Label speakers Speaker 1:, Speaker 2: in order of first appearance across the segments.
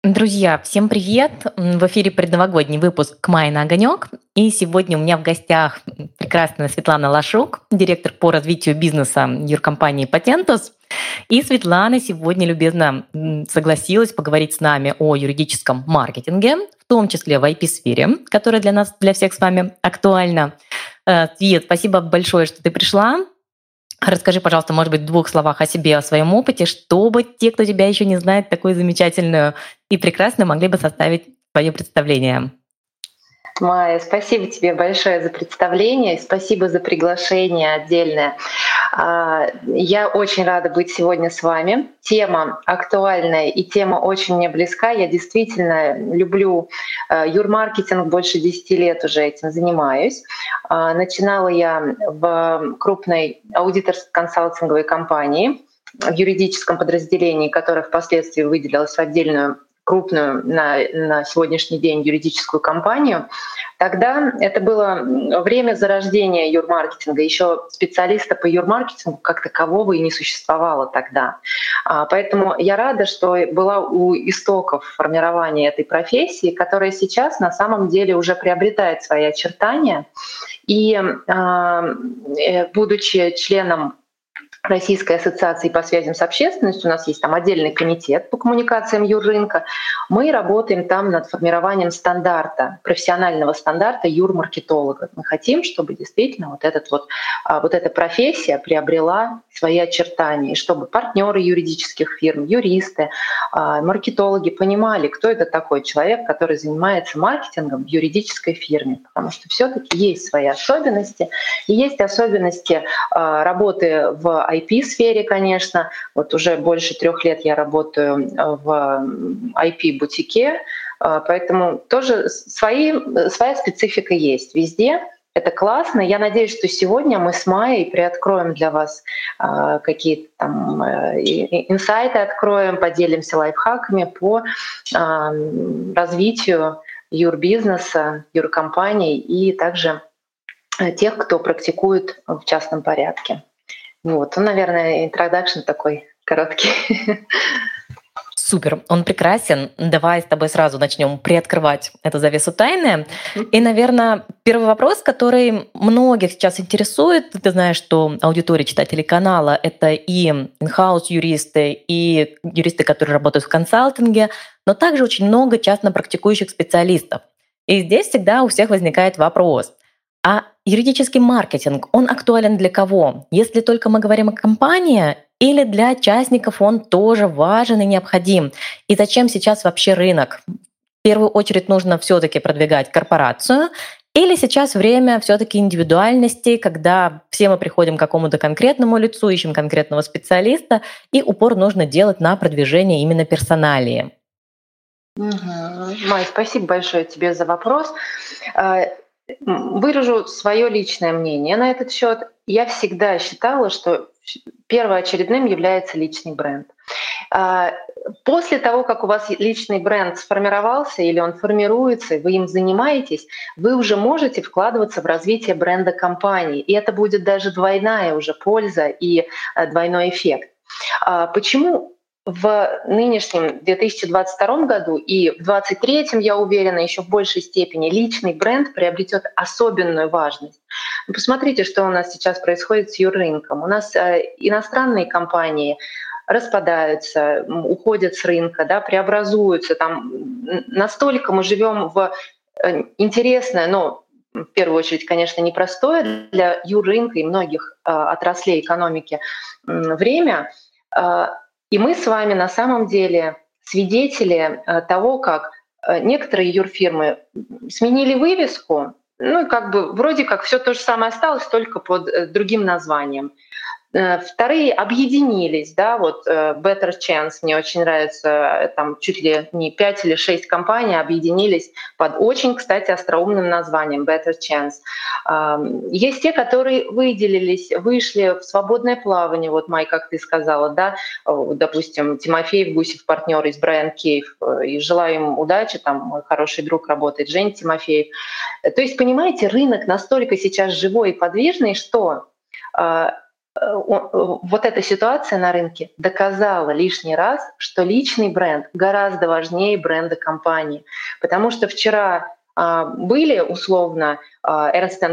Speaker 1: Друзья, всем привет! В эфире предновогодний выпуск «Май на огонек». И сегодня у меня в гостях прекрасная Светлана Лашук, директор по развитию бизнеса юркомпании «Патентус». И Светлана сегодня любезно согласилась поговорить с нами о юридическом маркетинге, в том числе в IP-сфере, которая для нас, для всех с вами актуальна. Свет, спасибо большое, что ты пришла. Расскажи, пожалуйста, может быть, в двух словах о себе, о своем опыте, чтобы те, кто тебя еще не знает, такую замечательную и прекрасную, могли бы составить свое представление.
Speaker 2: Майя, спасибо тебе большое за представление, спасибо за приглашение отдельное. Я очень рада быть сегодня с вами. Тема актуальная и тема очень мне близка. Я действительно люблю юрмаркетинг, больше 10 лет уже этим занимаюсь. Начинала я в крупной аудиторско-консалтинговой компании, в юридическом подразделении, которое впоследствии выделилось в отдельную крупную на сегодняшний день юридическую компанию. Тогда это было время зарождения юрмаркетинга. Еще специалиста по юрмаркетингу как такового и не существовало тогда. Поэтому я рада, что была у истоков формирования этой профессии, которая сейчас на самом деле уже приобретает свои очертания. И будучи членом Российской ассоциации по связям с общественностью, у нас есть там отдельный комитет по коммуникациям юррынка, мы работаем там над формированием стандарта, профессионального стандарта юрмаркетолога. Мы хотим, чтобы действительно вот эта профессия приобрела свои очертания, и чтобы партнеры юридических фирм, юристы, маркетологи понимали, кто это такой человек, который занимается маркетингом в юридической фирме, потому что все-таки есть свои особенности, и есть особенности работы в IP-сфере, конечно. Вот уже больше 3 лет я работаю в IP-бутике, поэтому тоже своя специфика есть везде. Это классно. Я надеюсь, что сегодня мы с Майей приоткроем для вас какие-то там инсайты, откроем, поделимся лайфхаками по развитию юрбизнеса, юркомпаний и также тех, кто практикует в частном порядке. Вот, наверное, introduction такой короткий.
Speaker 1: Супер, он прекрасен. Давай с тобой сразу начнем приоткрывать эту завесу тайны. И, наверное, первый вопрос, который многих сейчас интересует. Ты знаешь, что аудитория читателей канала — это и in-house юристы, и юристы, которые работают в консалтинге, но также очень много частно практикующих специалистов. И здесь всегда у всех возникает вопрос: а юридический маркетинг, он актуален для кого? Если только мы говорим о компании, или для частников он тоже важен и необходим? И зачем сейчас вообще рынок? В первую очередь нужно все-таки продвигать корпорацию, или сейчас время все-таки индивидуальности, когда все мы приходим к какому-то конкретному лицу, ищем конкретного специалиста, и упор нужно делать на продвижение именно персоналии?
Speaker 2: Май, спасибо большое тебе за вопрос. Выражу свое личное мнение на этот счет. Я всегда считала, что первоочередным является личный бренд. После того, как у вас личный бренд сформировался или он формируется, вы им занимаетесь, вы уже можете вкладываться в развитие бренда компании. И это будет даже двойная уже польза и двойной эффект. Почему в нынешнем 2022 году и в 2023, я уверена, еще в большей степени личный бренд приобретет особенную важность? Посмотрите, что у нас сейчас происходит с юррынком. У нас иностранные компании распадаются, уходят с рынка, да, преобразуются. Там настолько мы живем в интересное, но в первую очередь, конечно, непростое для юррынка и многих отраслей экономики время. И мы с вами на самом деле свидетели того, как некоторые юрфирмы сменили вывеску, ну и как бы вроде как все то же самое осталось, только под другим названием. Вторые объединились, да, вот Better Chance, мне очень нравится, там чуть ли не 5 или 6 компаний объединились под очень, кстати, остроумным названием Better Chance. Есть те, которые выделились, вышли в свободное плавание, вот, Май, как ты сказала, да, допустим, Тимофеев, Гусев, партнер из Брайан Кейв, и желаю им удачи, там мой хороший друг работает, Женя Тимофеев. То есть, понимаете, рынок настолько сейчас живой и подвижный, что вот эта ситуация на рынке доказала лишний раз, что личный бренд гораздо важнее бренда компании. Потому что вчера были условно Ernst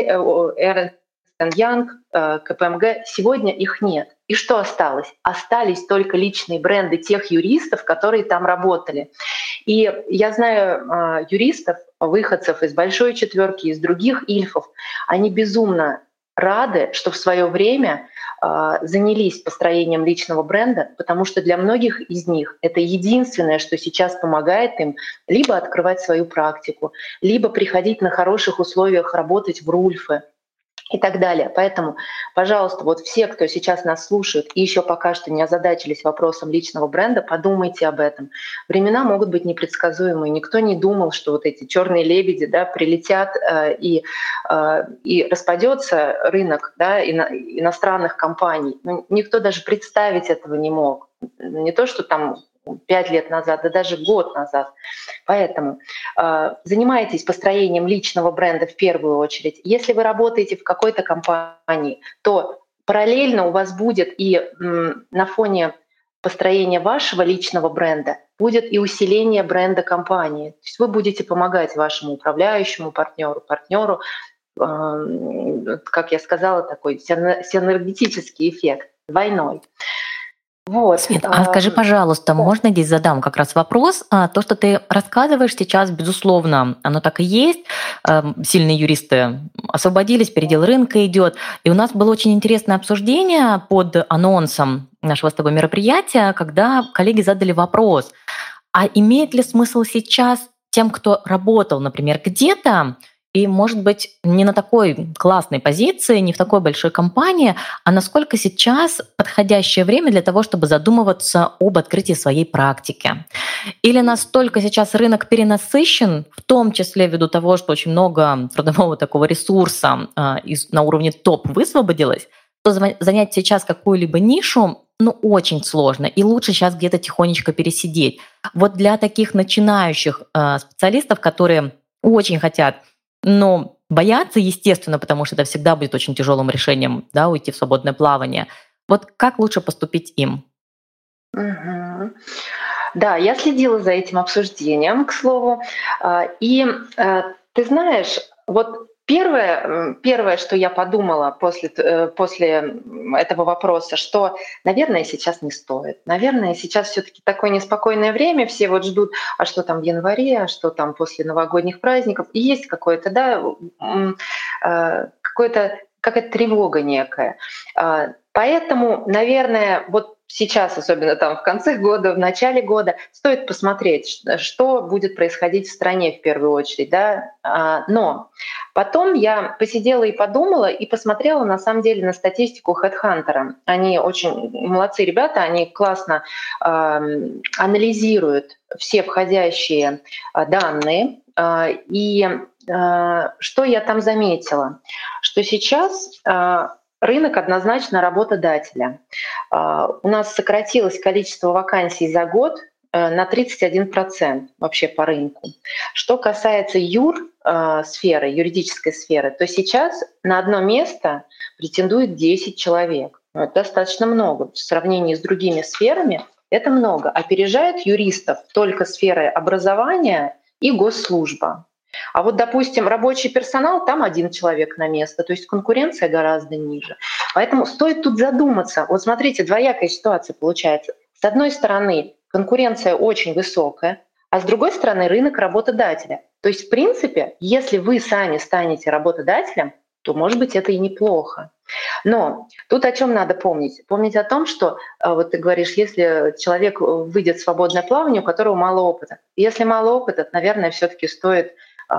Speaker 2: Young, КПМГ, сегодня их нет. И что осталось? Остались только личные бренды тех юристов, которые там работали. И я знаю юристов, выходцев из большой четверки, из других ильфов, они безумно рады, что в свое время занялись построением личного бренда, потому что для многих из них это единственное, что сейчас помогает им либо открывать свою практику, либо приходить на хороших условиях работать в Рульфе и так далее. Поэтому, пожалуйста, вот все, кто сейчас нас слушает и еще пока что не озадачились вопросом личного бренда, подумайте об этом. Времена могут быть непредсказуемые. Никто не думал, что вот эти черные лебеди, да, прилетят и распадется рынок, да, иностранных компаний. Никто даже представить этого не мог. Не то, что там 5 лет назад, да даже год назад. Поэтому занимайтесь построением личного бренда в первую очередь. Если вы работаете в какой-то компании, то параллельно у вас будет и на фоне построения вашего личного бренда будет и усиление бренда компании. То есть вы будете помогать вашему управляющему партнеру, как я сказала, такой синергетический эффект двойной.
Speaker 1: Вот. Свет, скажи, пожалуйста, можно здесь задам как раз вопрос? То, что ты рассказываешь сейчас, безусловно, оно так и есть. Сильные юристы освободились, передел рынка идет. И у нас было очень интересное обсуждение под анонсом нашего с тобой мероприятия, когда коллеги задали вопрос, а имеет ли смысл сейчас тем, кто работал, например, где-то, и, может быть, не на такой классной позиции, не в такой большой компании, а насколько сейчас подходящее время для того, чтобы задумываться об открытии своей практики? Или настолько сейчас рынок перенасыщен, в том числе ввиду того, что очень много трудового такого ресурса на уровне топ высвободилось, то занять сейчас какую-либо нишу очень сложно, и лучше сейчас где-то тихонечко пересидеть. Вот для таких начинающих специалистов, которые очень хотят, но боятся, естественно, потому что это всегда будет очень тяжелым решением, да, уйти в свободное плавание. Вот как лучше поступить им?
Speaker 2: Угу. Да, я следила за этим обсуждением, к слову. И ты знаешь, вот первое, что я подумала после этого вопроса, что, наверное, сейчас не стоит. Наверное, сейчас все-таки такое неспокойное время, все вот ждут, а что там в январе, а что там после новогодних праздников. И есть какое-то, да, какая-то тревога некая. Поэтому, наверное, вот сейчас, особенно там в конце года, в начале года, стоит посмотреть, что будет происходить в стране в первую очередь. Да? Но потом я посидела и подумала, и посмотрела на самом деле на статистику HeadHunter. Они очень молодцы ребята, они классно анализируют все входящие данные. И что я там заметила? Что сейчас рынок однозначно работодателя. У нас сократилось количество вакансий за год на 31% вообще по рынку. Что касается сферы, юридической сферы, то сейчас на одно место претендует 10 человек. Это достаточно много. В сравнении с другими сферами это много. Опережает юристов только сферы образования и госслужба. А вот, допустим, рабочий персонал, там 1 человек на место, то есть конкуренция гораздо ниже. Поэтому стоит тут задуматься. Вот смотрите, двоякая ситуация получается. С одной стороны, конкуренция очень высокая, а с другой стороны, рынок работодателя. То есть, в принципе, если вы сами станете работодателем, то, может быть, это и неплохо. Но тут о чем надо помнить? Помнить о том, что, вот ты говоришь, если человек выйдет в свободное плавание, у которого мало опыта. Если мало опыта, наверное, все-таки стоит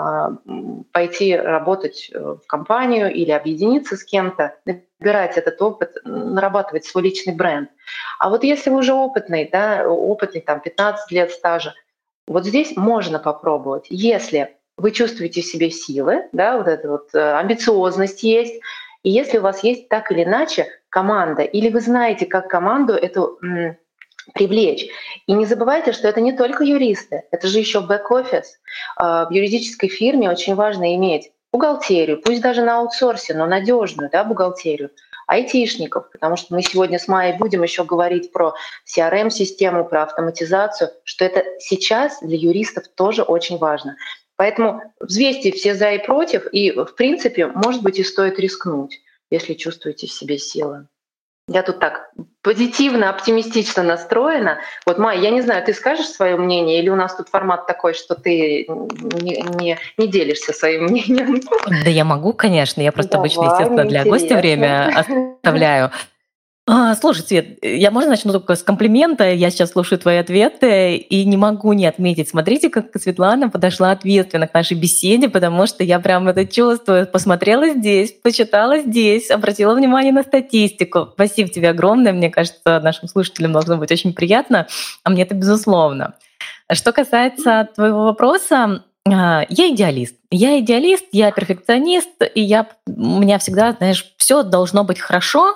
Speaker 2: пойти работать в компанию или объединиться с кем-то, набирать этот опыт, нарабатывать свой личный бренд. А вот если вы уже опытный, там 15 лет стажа, вот здесь можно попробовать. Если вы чувствуете в себе силы, да, вот эта вот амбициозность есть, и если у вас есть так или иначе команда, или вы знаете, как команду эту привлечь. И не забывайте, что это не только юристы, это же еще бэк-офис. В юридической фирме очень важно иметь бухгалтерию, пусть даже на аутсорсе, но надежную, да, бухгалтерию, айтишников, потому что мы сегодня с Майей будем еще говорить про CRM-систему, про автоматизацию, что это сейчас для юристов тоже очень важно. Поэтому взвесьте все за и против, и, в принципе, может быть, и стоит рискнуть, если чувствуете в себе силы. Я тут так позитивно, оптимистично настроена. Вот, Майя, я не знаю, ты скажешь свое мнение, или у нас тут формат такой, что ты не делишься своим мнением?
Speaker 1: Да я могу, конечно. Я просто обычно,
Speaker 2: Давай,
Speaker 1: естественно,
Speaker 2: мне
Speaker 1: для гостя время
Speaker 2: интересно.
Speaker 1: оставляю. Слушай, Свет, я можно начну только с комплимента? Я сейчас слушаю твои ответы и не могу не отметить. Смотрите, как Светлана подошла ответственно к нашей беседе, потому что я прям это чувствую. Посмотрела здесь, почитала здесь, обратила внимание на статистику. Спасибо тебе огромное. Мне кажется, нашим слушателям должно быть очень приятно, а мне это безусловно. Что касается твоего вопроса, я идеалист. Я перфекционист, и у меня всегда, знаешь, все должно быть хорошо,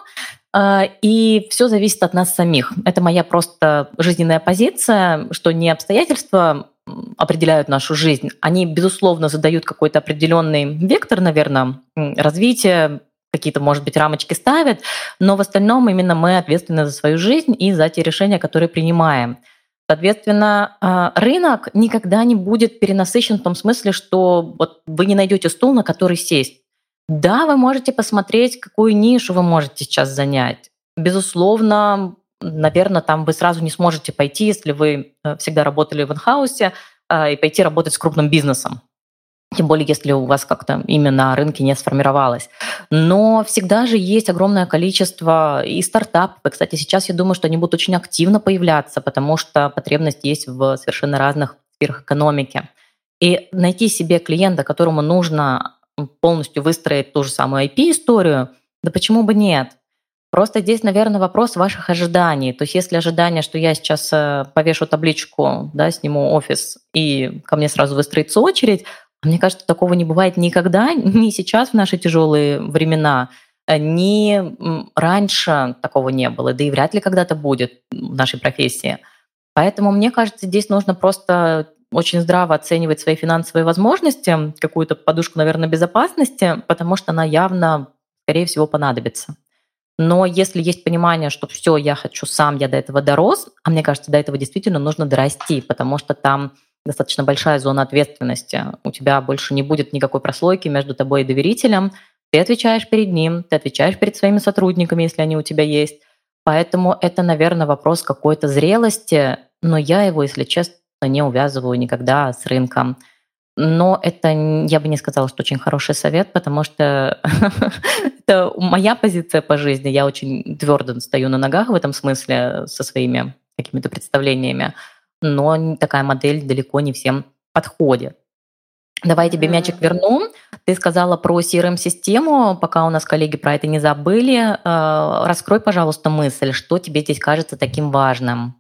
Speaker 1: и все зависит от нас самих. Это моя просто жизненная позиция, что не обстоятельства определяют нашу жизнь, они, безусловно, задают какой-то определенный вектор, наверное, развития, какие-то, может быть, рамочки ставят, но в остальном именно мы ответственны за свою жизнь и за те решения, которые принимаем. Соответственно, рынок никогда не будет перенасыщен в том смысле, что вот вы не найдете стул, на который сесть. Да, вы можете посмотреть, какую нишу вы можете сейчас занять. Безусловно, наверное, там вы сразу не сможете пойти, если вы всегда работали в инхаусе, и пойти работать с крупным бизнесом. Тем более, если у вас как-то имя на рынке не сформировалось. Но всегда же есть огромное количество и стартапов. И, кстати, сейчас я думаю, что они будут очень активно появляться, потому что потребность есть в совершенно разных сферах экономики. И найти себе клиента, которому нужно полностью выстроить ту же самую IP-историю, да почему бы нет? Просто здесь, наверное, вопрос ваших ожиданий. То есть если ожидание, что я сейчас повешу табличку, да, сниму офис, и ко мне сразу выстроится очередь, мне кажется, такого не бывает никогда, ни сейчас в наши тяжелые времена, ни раньше такого не было, да и вряд ли когда-то будет в нашей профессии. Поэтому, мне кажется, здесь нужно просто очень здраво оценивать свои финансовые возможности, какую-то подушку, наверное, безопасности, потому что она явно, скорее всего, понадобится. Но если есть понимание, что все, я хочу сам, я до этого дорос, а мне кажется, до этого действительно нужно дорасти, потому что там достаточно большая зона ответственности. У тебя больше не будет никакой прослойки между тобой и доверителем. Ты отвечаешь перед ним, ты отвечаешь перед своими сотрудниками, если они у тебя есть. Поэтому это, наверное, вопрос какой-то зрелости, но я его, если честно, не увязываю никогда с рынком. Но это, я бы не сказала, что очень хороший совет, потому что это моя позиция по жизни. Я очень твердо стою на ногах в этом смысле со своими какими-то представлениями, но такая модель далеко не всем подходит. Давай я тебе мячик верну. Ты сказала про CRM-систему, пока у нас коллеги про это не забыли. Раскрой, пожалуйста, мысль, что тебе здесь кажется таким важным?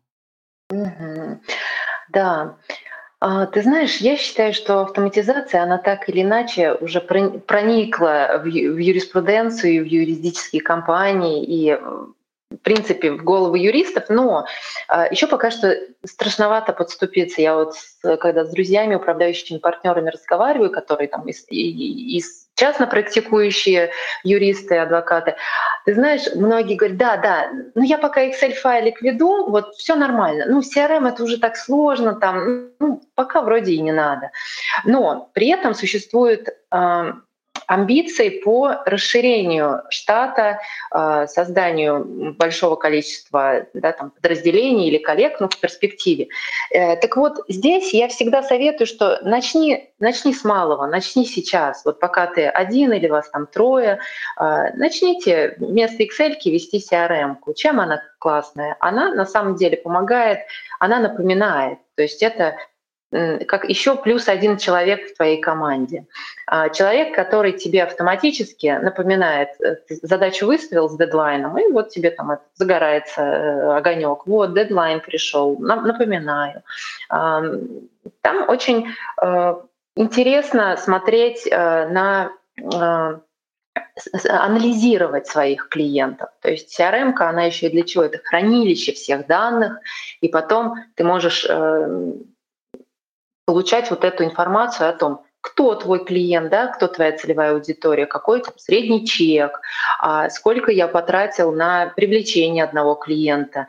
Speaker 2: Да. Ты знаешь, я считаю, что автоматизация, она так или иначе уже проникла в юриспруденцию, в юридические компании и, в принципе, в головы юристов, но еще пока что страшновато подступиться. Я вот, когда с друзьями, управляющими партнерами разговариваю, которые там из частно практикующие юристы, адвокаты, ты знаешь, многие говорят, да, ну я пока Excel-файлик веду, вот все нормально. Ну, CRM это уже так сложно, там, ну, пока вроде и не надо. Но при этом существует амбиции по расширению штата, созданию большого количества, да, там, подразделений или коллег, ну, в перспективе. Так вот, здесь я всегда советую, что начни с малого, начни сейчас. Вот пока ты один или вас там трое, начните вместо Excel вести CRM-ку. Чем она классная? Она на самом деле помогает, она напоминает. То есть это как еще плюс один человек в твоей команде. Человек, который тебе автоматически напоминает, ты задачу выставил с дедлайном, и вот тебе там загорается огонек. Вот, дедлайн пришел, напоминаю. Там очень интересно смотреть анализировать своих клиентов. То есть CRM, она еще и для чего? Это хранилище всех данных, и потом ты можешь получать вот эту информацию о том, кто твой клиент, да, кто твоя целевая аудитория, какой там средний чек, сколько я потратил на привлечение одного клиента,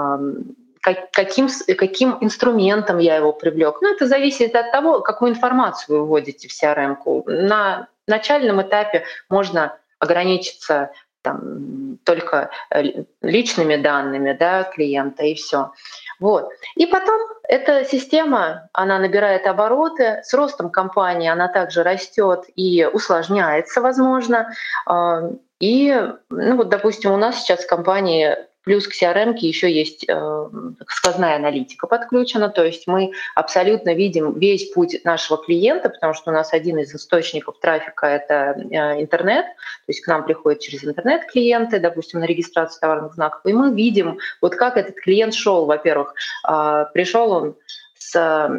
Speaker 2: каким инструментом я его привлек. Ну, это зависит от того, какую информацию вы вводите в CRM-ку. На начальном этапе можно ограничиться только личными данными, да, клиента, и все. Вот. И потом эта система, она набирает обороты, с ростом компании она также растет и усложняется, возможно. И, ну вот, допустим, у нас сейчас в компании плюс к CRM еще есть сквозная аналитика подключена, то есть мы абсолютно видим весь путь нашего клиента, потому что у нас один из источников трафика — это интернет, то есть к нам приходят через интернет клиенты, допустим, на регистрацию товарных знаков, и мы видим, вот как этот клиент шел. Во-первых, пришел он с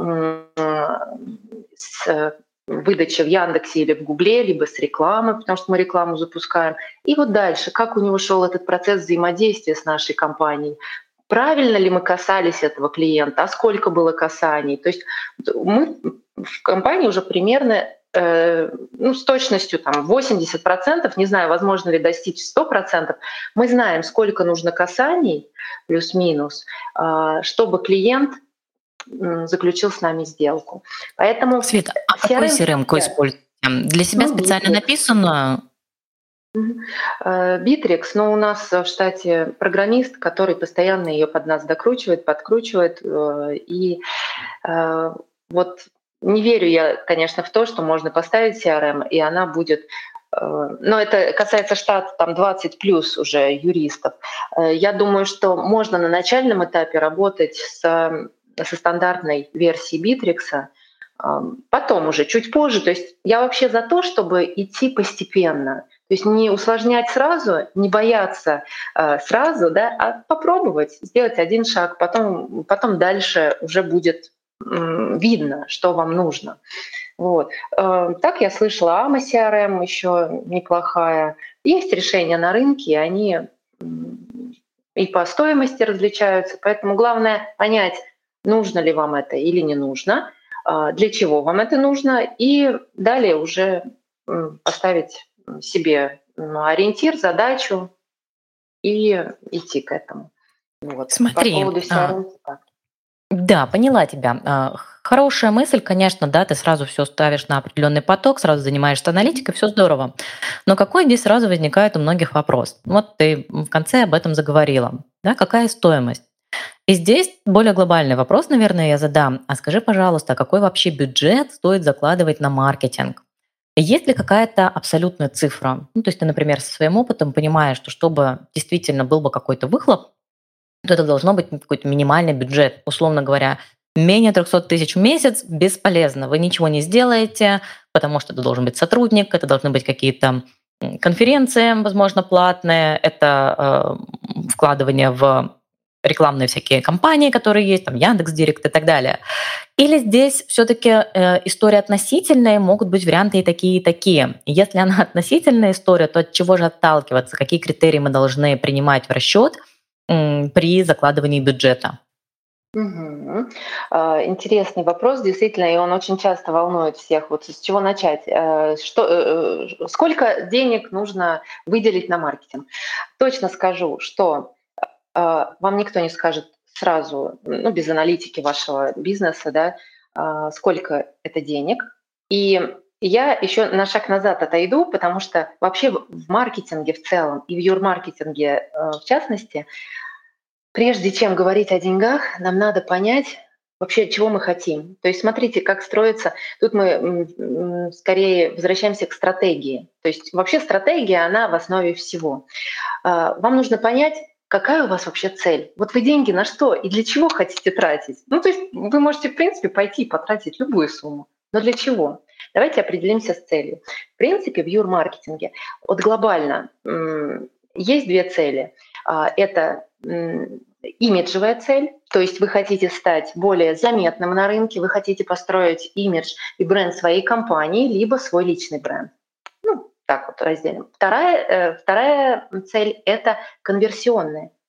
Speaker 2: выдачи в Яндексе или в Гугле, либо с рекламы, потому что мы рекламу запускаем. И вот дальше, как у него шел этот процесс взаимодействия с нашей компанией, правильно ли мы касались этого клиента, а сколько было касаний. То есть мы в компании уже примерно с точностью 80%, не знаю, возможно ли достичь 100%, мы знаем, сколько нужно касаний, плюс-минус, чтобы клиент заключил с нами сделку. Поэтому
Speaker 1: Света, а какую CRM-ку используете? Для себя специально написанную?
Speaker 2: Bittrex, но у нас в штате программист, который постоянно ее под нас докручивает, подкручивает. И вот не верю я, конечно, в то, что можно поставить CRM, и она будет... Но это касается штата 20 плюс уже юристов. Я думаю, что можно на начальном этапе работать со стандартной версией Bittrex, потом уже чуть позже. То есть я вообще за то, чтобы идти постепенно. То есть не усложнять сразу, не бояться сразу, да, а попробовать сделать один шаг, потом дальше уже будет видно, что вам нужно. Вот. Так я слышала, AMA CRM еще неплохая. Есть решения на рынке, и они и по стоимости различаются. Поэтому главное понять, нужно ли вам это или не нужно, для чего вам это нужно, и далее уже поставить себе ориентир, задачу и идти к этому. Вот.
Speaker 1: Смотри,
Speaker 2: по поводу CRM.
Speaker 1: Да, поняла тебя. Хорошая мысль, конечно, да, ты сразу все ставишь на определенный поток, сразу занимаешься аналитикой, все здорово. Но какой здесь сразу возникает у многих вопрос? Вот ты в конце об этом заговорила. Да, какая стоимость? И здесь более глобальный вопрос, наверное, я задам. А скажи, пожалуйста, какой вообще бюджет стоит закладывать на маркетинг? Есть ли какая-то абсолютная цифра? Ну, то есть ты, например, со своим опытом понимаешь, что чтобы действительно был бы какой-то выхлоп, то это должно быть какой-то минимальный бюджет. Условно говоря, менее 300 тысяч в месяц бесполезно. Вы ничего не сделаете, потому что это должен быть сотрудник, это должны быть какие-то конференции, возможно, платные, это вкладывание в рекламные всякие кампании, которые есть, там Яндекс.Директ и так далее. Или здесь все-таки история относительная, могут быть варианты и такие, и такие. И если она относительная история, то от чего же отталкиваться, какие критерии мы должны принимать в расчет при закладывании бюджета?
Speaker 2: Угу. Интересный вопрос, действительно, и он очень часто волнует всех. Вот с чего начать? Сколько денег нужно выделить на маркетинг? Точно скажу, что вам никто не скажет сразу, без аналитики вашего бизнеса, да, сколько это денег. И я еще на шаг назад отойду, потому что вообще в маркетинге в целом и в юрмаркетинге в частности, прежде чем говорить о деньгах, нам надо понять вообще, чего мы хотим. То есть смотрите, как строится. Тут мы скорее возвращаемся к стратегии. То есть вообще стратегия, она в основе всего. Вам нужно понять, какая у вас вообще цель. Вот вы деньги на что и для чего хотите тратить? Ну, то есть вы можете, в принципе, пойти и потратить любую сумму. Но для чего? Давайте определимся с целью. В принципе, в юрмаркетинге вот глобально есть две цели. Это имиджевая цель, то есть вы хотите стать более заметным на рынке, вы хотите построить имидж и бренд своей компании, либо свой личный бренд. Так вот разделим. Вторая цель — это конверсионная.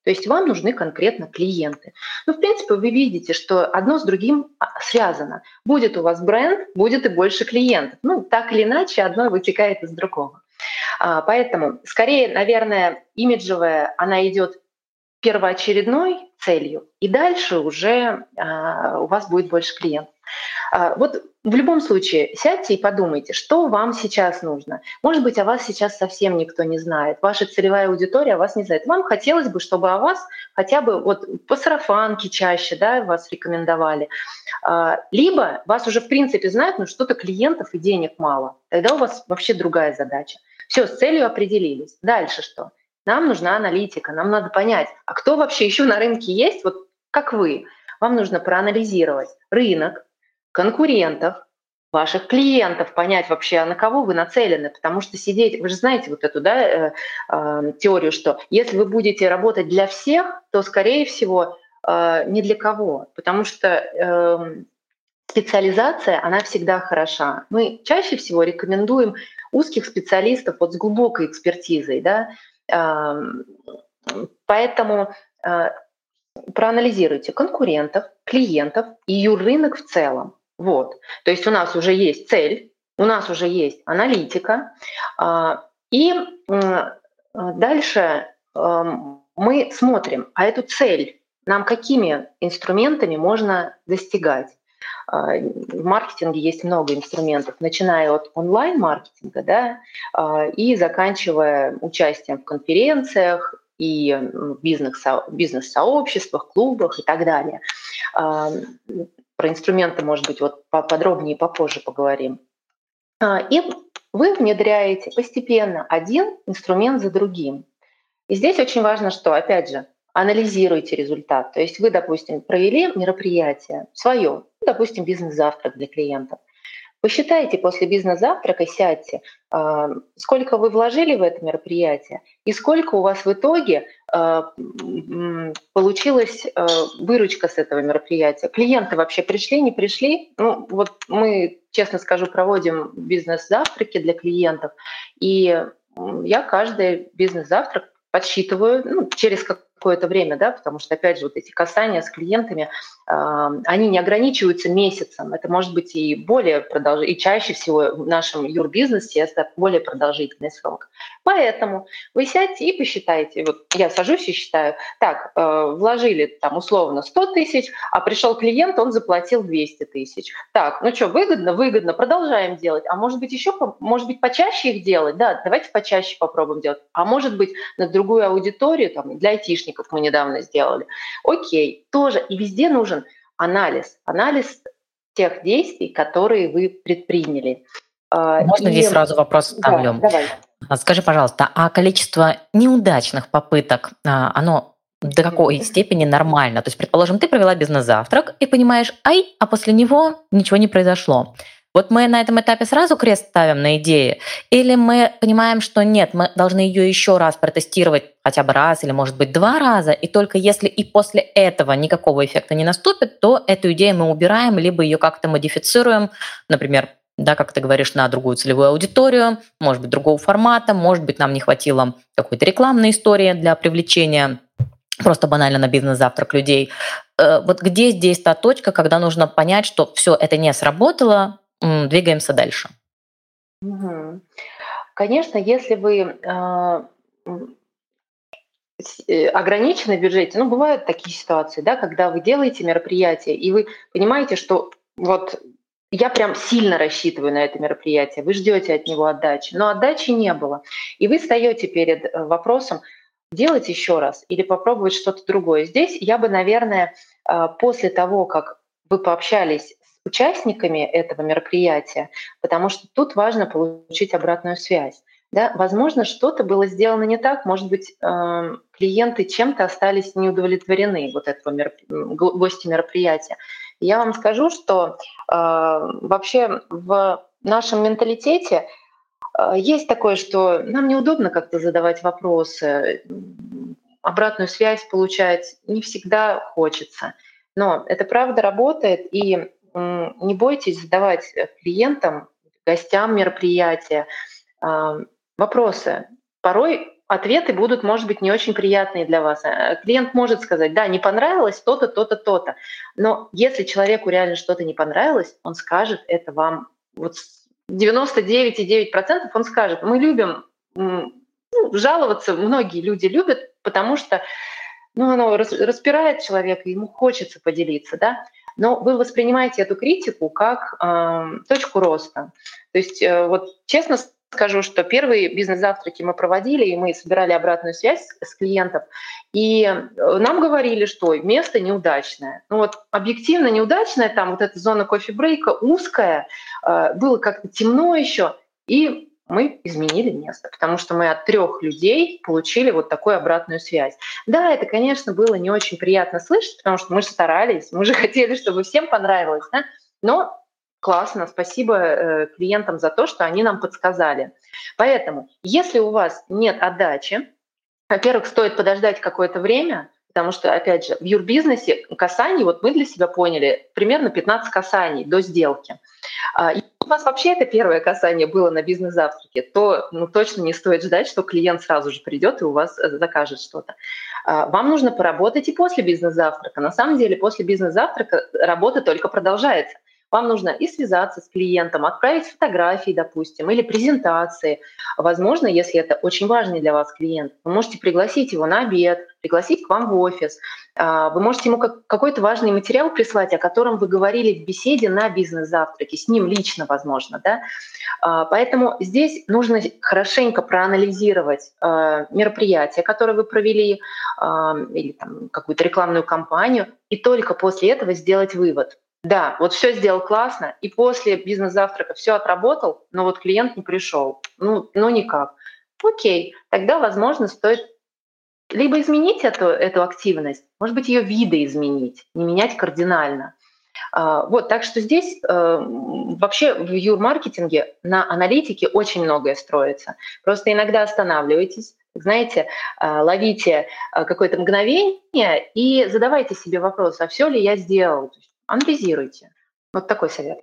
Speaker 2: То есть вам нужны конкретно клиенты. Ну, в принципе, вы видите, что одно с другим связано. Будет у вас бренд, будет и больше клиентов. Ну, так или иначе, одно вытекает из другого. Поэтому, скорее, наверное, имиджевая, она идет первоочередной целью, и дальше уже у вас будет больше клиентов. Вот в любом случае сядьте и подумайте, что вам сейчас нужно. Может быть, о вас сейчас совсем никто не знает, ваша целевая аудитория о вас не знает. Вам хотелось бы, чтобы о вас хотя бы вот по сарафанке чаще, да, вас рекомендовали. Либо вас уже в принципе знают, но что-то клиентов и денег мало. Тогда у вас вообще другая задача. Все, с целью определились. Дальше что? Нам нужна аналитика, нам надо понять, а кто вообще еще на рынке есть, вот как вы. Вам нужно проанализировать рынок, конкурентов, ваших клиентов, понять вообще, а на кого вы нацелены, потому что сидеть, вы же знаете вот эту, да, теорию, что если вы будете работать для всех, то, скорее всего, ни для кого, потому что специализация, она всегда хороша. Мы чаще всего рекомендуем узких специалистов вот с глубокой экспертизой, да, поэтому проанализируйте конкурентов, клиентов и юррынок в целом. Вот. То есть у нас уже есть цель, у нас уже есть аналитика, и дальше мы смотрим, а эту цель нам какими инструментами можно достигать. В маркетинге есть много инструментов, начиная от онлайн-маркетинга, да, и заканчивая участием в конференциях и в бизнес-сообществах, клубах и так далее. Про инструменты, может быть, вот подробнее попозже поговорим. И вы внедряете постепенно один инструмент за другим. И здесь очень важно, что, опять же, анализируйте результат. То есть вы, допустим, провели мероприятие свое, допустим, бизнес-завтрак для клиентов. Посчитайте после бизнес-завтрака, сядьте, сколько вы вложили в это мероприятие и сколько у вас в итоге получилась выручка с этого мероприятия. Клиенты вообще пришли, не пришли? Ну, вот мы, честно скажу, проводим бизнес-завтраки для клиентов, и я каждый бизнес-завтрак подсчитываю через какое-то время, да, потому что, опять же, вот эти касания с клиентами, они не ограничиваются месяцем, это может быть и более продолжительный, и чаще всего в нашем юрбизнесе это более продолжительный срок. Поэтому вы сядьте и посчитайте. Вот я сажусь и считаю, так, вложили там условно 100 тысяч, а пришел клиент, он заплатил 200 тысяч. Так, ну что, выгодно? Выгодно, продолжаем делать. А может быть еще, может быть, почаще их делать? Да, давайте почаще попробуем делать. А может быть, на другую аудиторию, там, для айтишников мы недавно сделали. Окей, тоже. И везде нужен анализ тех действий, которые вы предприняли.
Speaker 1: Можно здесь сразу вопрос ставлю?
Speaker 2: Да, давай.
Speaker 1: Скажи, пожалуйста, а количество неудачных попыток, оно до какой степени нормально? То есть, предположим, ты провела бизнес-завтрак и понимаешь, а после него ничего не произошло. Вот мы на этом этапе сразу крест ставим на идее, или мы понимаем, что нет, мы должны ее еще раз протестировать хотя бы раз или, может быть, 2 раза, и только если и после этого никакого эффекта не наступит, то эту идею мы убираем, либо ее как-то модифицируем, например, да, как ты говоришь, на другую целевую аудиторию, может быть, другого формата, может быть, нам не хватило какой-то рекламной истории для привлечения просто банально на бизнес-завтрак людей. Вот где здесь та точка, когда нужно понять, что все это не сработало, двигаемся дальше?
Speaker 2: Угу. Конечно, если вы ограничены в бюджете, бывают такие ситуации, да, когда вы делаете мероприятие, и вы понимаете, что вот я прям сильно рассчитываю на это мероприятие, вы ждете от него отдачи, но отдачи не было. И вы встаете перед вопросом, делать еще раз или попробовать что-то другое. Здесь я бы, наверное, после того, как вы пообщались с участниками этого мероприятия, потому что тут важно получить обратную связь. Да? Возможно, что-то было сделано не так, может быть, клиенты чем-то остались неудовлетворены, вот этого гости мероприятия. Я вам скажу, что вообще в нашем менталитете есть такое, что нам неудобно как-то задавать вопросы, обратную связь получать не всегда хочется. Но это правда работает, и не бойтесь задавать клиентам, гостям мероприятия вопросы. Порой ответы будут, может быть, не очень приятные для вас. Клиент может сказать, да, не понравилось то-то, то-то, то-то. Но если человеку реально что-то не понравилось, он скажет это вам. Вот 99,9% он скажет. Мы любим жаловаться, многие люди любят, потому что оно распирает человека, ему хочется поделиться, да. Но вы воспринимаете эту критику как точку роста. То есть вот честно скажу, что первые бизнес-завтраки мы проводили, и мы собирали обратную связь с клиентов, и нам говорили, что место неудачное. Ну вот объективно неудачное, там вот эта зона кофе-брейка узкая, было как-то темно еще, и мы изменили место, потому что мы от 3 людей получили вот такую обратную связь. Да, это, конечно, было не очень приятно слышать, потому что мы же старались, мы же хотели, чтобы всем понравилось, да? Но классно, спасибо клиентам за то, что они нам подсказали. Поэтому, если у вас нет отдачи, во-первых, стоит подождать какое-то время, потому что, опять же, в юрбизнесе касаний, вот мы для себя поняли, примерно 15 касаний до сделки. Если у вас вообще это первое касание было на бизнес-завтраке, то точно не стоит ждать, что клиент сразу же придет и у вас закажет что-то. Вам нужно поработать и после бизнес-завтрака. На самом деле после бизнес-завтрака работа только продолжается. Вам нужно и связаться с клиентом, отправить фотографии, допустим, или презентации. Возможно, если это очень важный для вас клиент, вы можете пригласить его на обед, пригласить к вам в офис. Вы можете ему какой-то важный материал прислать, о котором вы говорили в беседе на бизнес-завтраке, с ним лично, возможно. Да? Поэтому здесь нужно хорошенько проанализировать мероприятие, которое вы провели, или там, какую-то рекламную кампанию, и только после этого сделать вывод. Да, вот все сделал классно, и после бизнес-завтрака все отработал, но вот клиент не пришел. Ну никак. Окей, тогда, возможно, стоит либо изменить эту активность, может быть, ее виды изменить, не менять кардинально. Вот, так что здесь вообще в юрмаркетинге на аналитике очень многое строится. Просто иногда останавливайтесь, знаете, ловите какое-то мгновение и задавайте себе вопрос, а все ли я сделал? Анализируйте. Вот такой совет.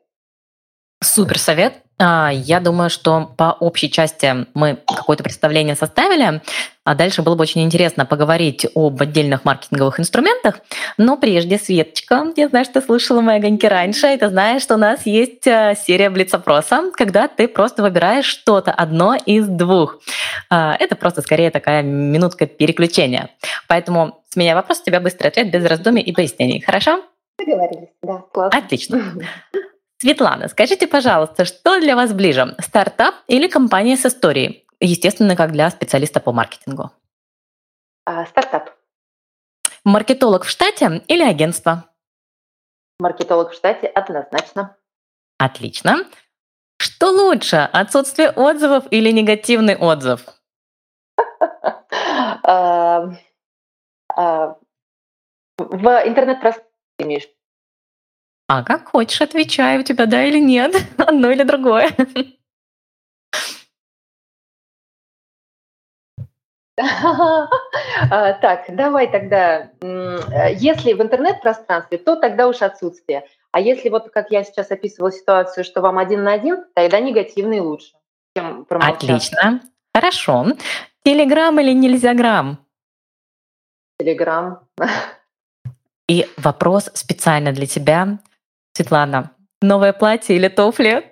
Speaker 1: Супер совет. Я думаю, что по общей части мы какое-то представление составили, а дальше было бы очень интересно поговорить об отдельных маркетинговых инструментах. Но прежде, Светочка, я знаю, что ты слушала мои огоньки раньше, и ты знаешь, что у нас есть серия Блиц-опроса, когда ты просто выбираешь что-то одно из двух. Это просто скорее такая минутка переключения. Поэтому с меня вопрос, у тебя быстрый ответ без раздумий и пояснений. Хорошо?
Speaker 2: Договорились, да, классно.
Speaker 1: Отлично. Светлана, скажите, пожалуйста, что для вас ближе, стартап или компания с историей? Естественно, как для специалиста по маркетингу.
Speaker 2: Стартап.
Speaker 1: Маркетолог в штате или агентство?
Speaker 2: Маркетолог в штате однозначно.
Speaker 1: Отлично. Что лучше, отсутствие отзывов или негативный отзыв?
Speaker 2: В интернет-пространстве имеешь?
Speaker 1: Как хочешь, отвечай, у тебя да или нет, одно или другое.
Speaker 2: Так, давай тогда, если в интернет-пространстве, то тогда уж отсутствие. А если вот как я сейчас описывала ситуацию, что вам 1 на 1, тогда негативный лучше, чем промолчать.
Speaker 1: Отлично. Хорошо. Телеграм или нельзяграм?
Speaker 2: Телеграм.
Speaker 1: И вопрос специально для тебя, Светлана. Новое платье или туфли?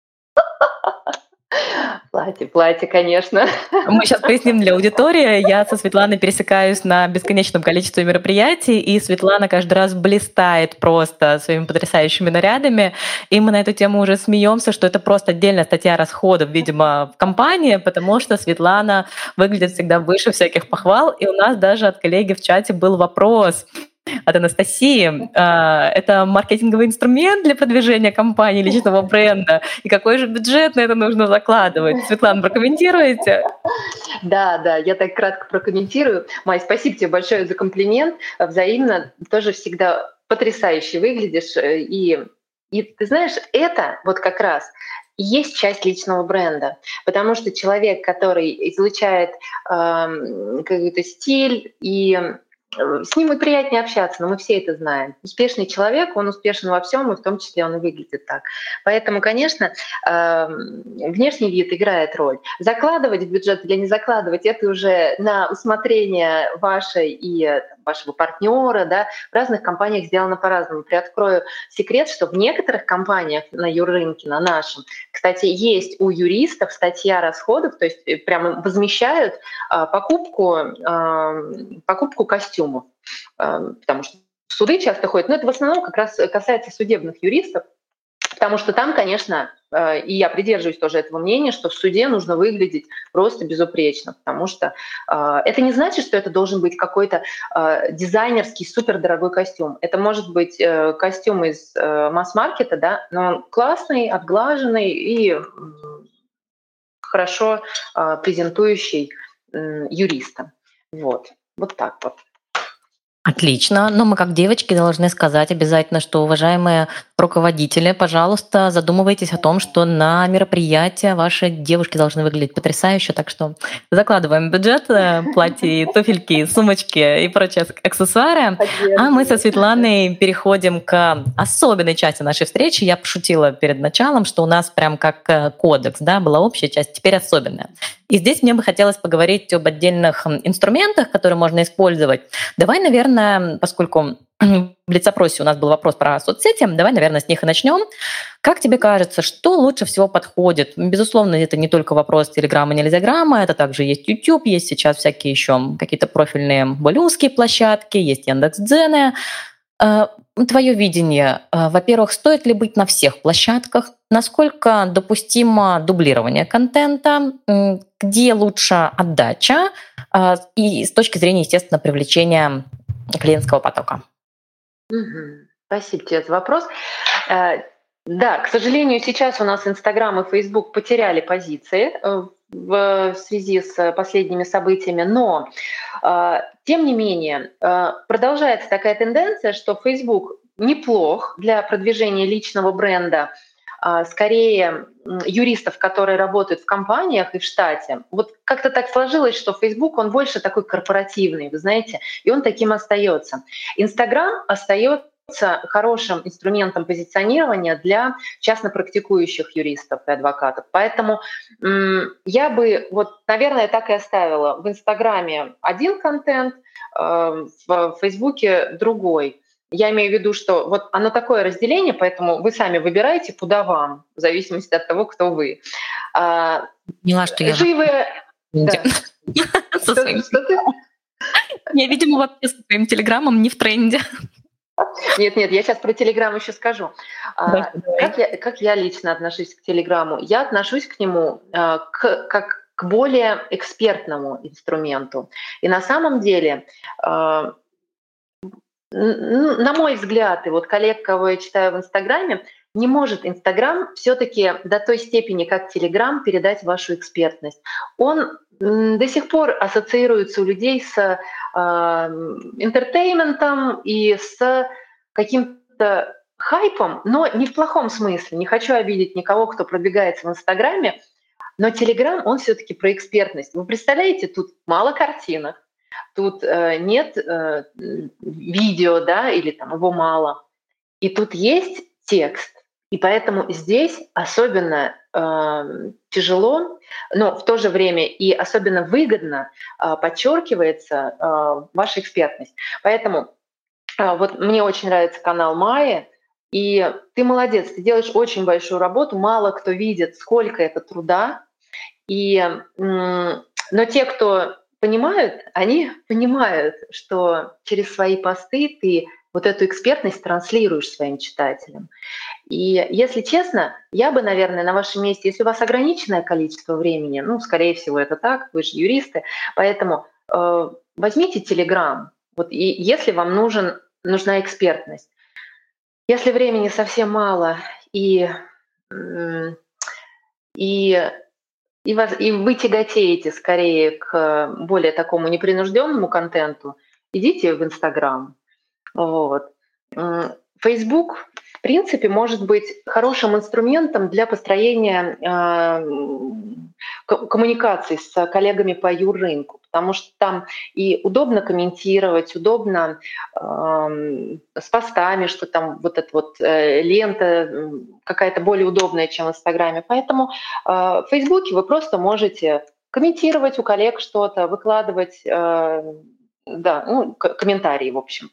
Speaker 2: Платье, конечно.
Speaker 1: Мы сейчас поясним для аудитории. Я со Светланой пересекаюсь на бесконечном количестве мероприятий, и Светлана каждый раз блистает просто своими потрясающими нарядами. И мы на эту тему уже смеемся, что это просто отдельная статья расходов, видимо, в компании, потому что Светлана выглядит всегда выше всяких похвал. И у нас даже от коллеги в чате был вопрос от Анастасии. Это маркетинговый инструмент для продвижения компании, личного бренда? И какой же бюджет на это нужно закладывать? Светлана, прокомментируете?
Speaker 2: Да, я так кратко прокомментирую. Май, спасибо тебе большое за комплимент. Взаимно тоже всегда потрясающе выглядишь. И ты знаешь, это вот как раз и есть часть личного бренда, потому что человек, который излучает какой-то стиль и с ним и приятнее общаться, но мы все это знаем. Успешный человек, он успешен во всем, и в том числе он и выглядит так. Поэтому, конечно, внешний вид играет роль. Закладывать в бюджет или не закладывать, это уже на усмотрение ваше и вашего партнера. Да. В разных компаниях сделано по-разному. Приоткрою секрет, что в некоторых компаниях на юррынке, на нашем, кстати, есть у юристов статья расходов, то есть прямо возмещают покупку костюмов, потому что в суды часто ходят. Но это в основном как раз касается судебных юристов, потому что там, конечно, и я придерживаюсь тоже этого мнения, что в суде нужно выглядеть просто безупречно, потому что это не значит, что это должен быть какой-то дизайнерский супердорогой костюм. Это может быть костюм из масс-маркета, да, но он классный, отглаженный и хорошо презентующий юриста. Вот так вот.
Speaker 1: Отлично. Но мы как девочки должны сказать обязательно, что, уважаемые руководители, пожалуйста, задумывайтесь о том, что на мероприятия ваши девушки должны выглядеть потрясающе. Так что закладываем бюджет, платья, туфельки, сумочки и прочие аксессуары. А мы со Светланой переходим к особенной части нашей встречи. Я пошутила перед началом, что у нас прям как кодекс, да, была общая часть, теперь особенная. И здесь мне бы хотелось поговорить об отдельных инструментах, которые можно использовать. Давай, наверное, поскольку в блиц-опросе у нас был вопрос про соцсети, давай, наверное, с них и начнем. Как тебе кажется, что лучше всего подходит? Безусловно, это не только вопрос Телеграма и Нельзяграма, это также есть YouTube, есть сейчас всякие еще какие-то профильные, более узкие площадки, есть Яндекс.Дзены. Твое видение, во-первых, стоит ли быть на всех площадках? Насколько допустимо дублирование контента? Где лучше отдача? И с точки зрения, естественно, привлечения клиентского потока.
Speaker 2: Спасибо тебе за вопрос. Да, к сожалению, сейчас у нас Инстаграм и Фейсбук потеряли позиции в связи с последними событиями, но тем не менее продолжается такая тенденция, что Facebook неплох для продвижения личного бренда, скорее юристов, которые работают в компаниях и в штате. Вот как-то так сложилось, что Facebook, он больше такой корпоративный, вы знаете, и он таким остается. Инстаграм остается хорошим инструментом позиционирования для частно практикующих юристов и адвокатов. Поэтому я бы, наверное, так и оставила. В Инстаграме один контент, в Фейсбуке другой. Я имею в виду, что оно такое разделение, поэтому вы сами выбираете, куда вам, в зависимости от того, кто вы.
Speaker 1: Поняла, что я...
Speaker 2: Живые...
Speaker 1: Да. Что ты? Я, видимо, вообще с твоим телеграммом не в тренде.
Speaker 2: Нет, я сейчас про Телеграм еще скажу. Как я лично отношусь к Телеграму? Я отношусь к нему как к более экспертному инструменту. И на самом деле, на мой взгляд, и коллег, кого я читаю в Инстаграме, не может Инстаграм все-таки до той степени, как Телеграм, передать вашу экспертность. Он до сих пор ассоциируется у людей с интертейментом и с каким-то хайпом, но не в плохом смысле. Не хочу обидеть никого, кто продвигается в Инстаграме, но Телеграм, он все-таки про экспертность. Вы представляете, тут мало картинок, тут нет видео, да, или там его мало. И тут есть текст. И поэтому здесь особенно тяжело, но в то же время и особенно выгодно подчеркивается ваша экспертность. Поэтому мне очень нравится канал Майи, и ты молодец, ты делаешь очень большую работу, мало кто видит, сколько это труда. Но те, кто понимают, они понимают, что через свои посты ты эту экспертность транслируешь своим читателям. И если честно, я бы, наверное, на вашем месте, если у вас ограниченное количество времени, скорее всего, это так, вы же юристы, поэтому возьмите Telegram, и если вам нужна экспертность. Если времени совсем мало и вы тяготеете скорее к более такому непринужденному контенту, идите в Инстаграм. Facebook, в принципе, может быть хорошим инструментом для построения коммуникации с коллегами по юррынку, потому что там и удобно комментировать, удобно с постами, что там вот эта вот лента какая-то более удобная, чем в Инстаграме. Поэтому в Фейсбуке вы просто можете комментировать у коллег что-то, выкладывать комментарии, в общем.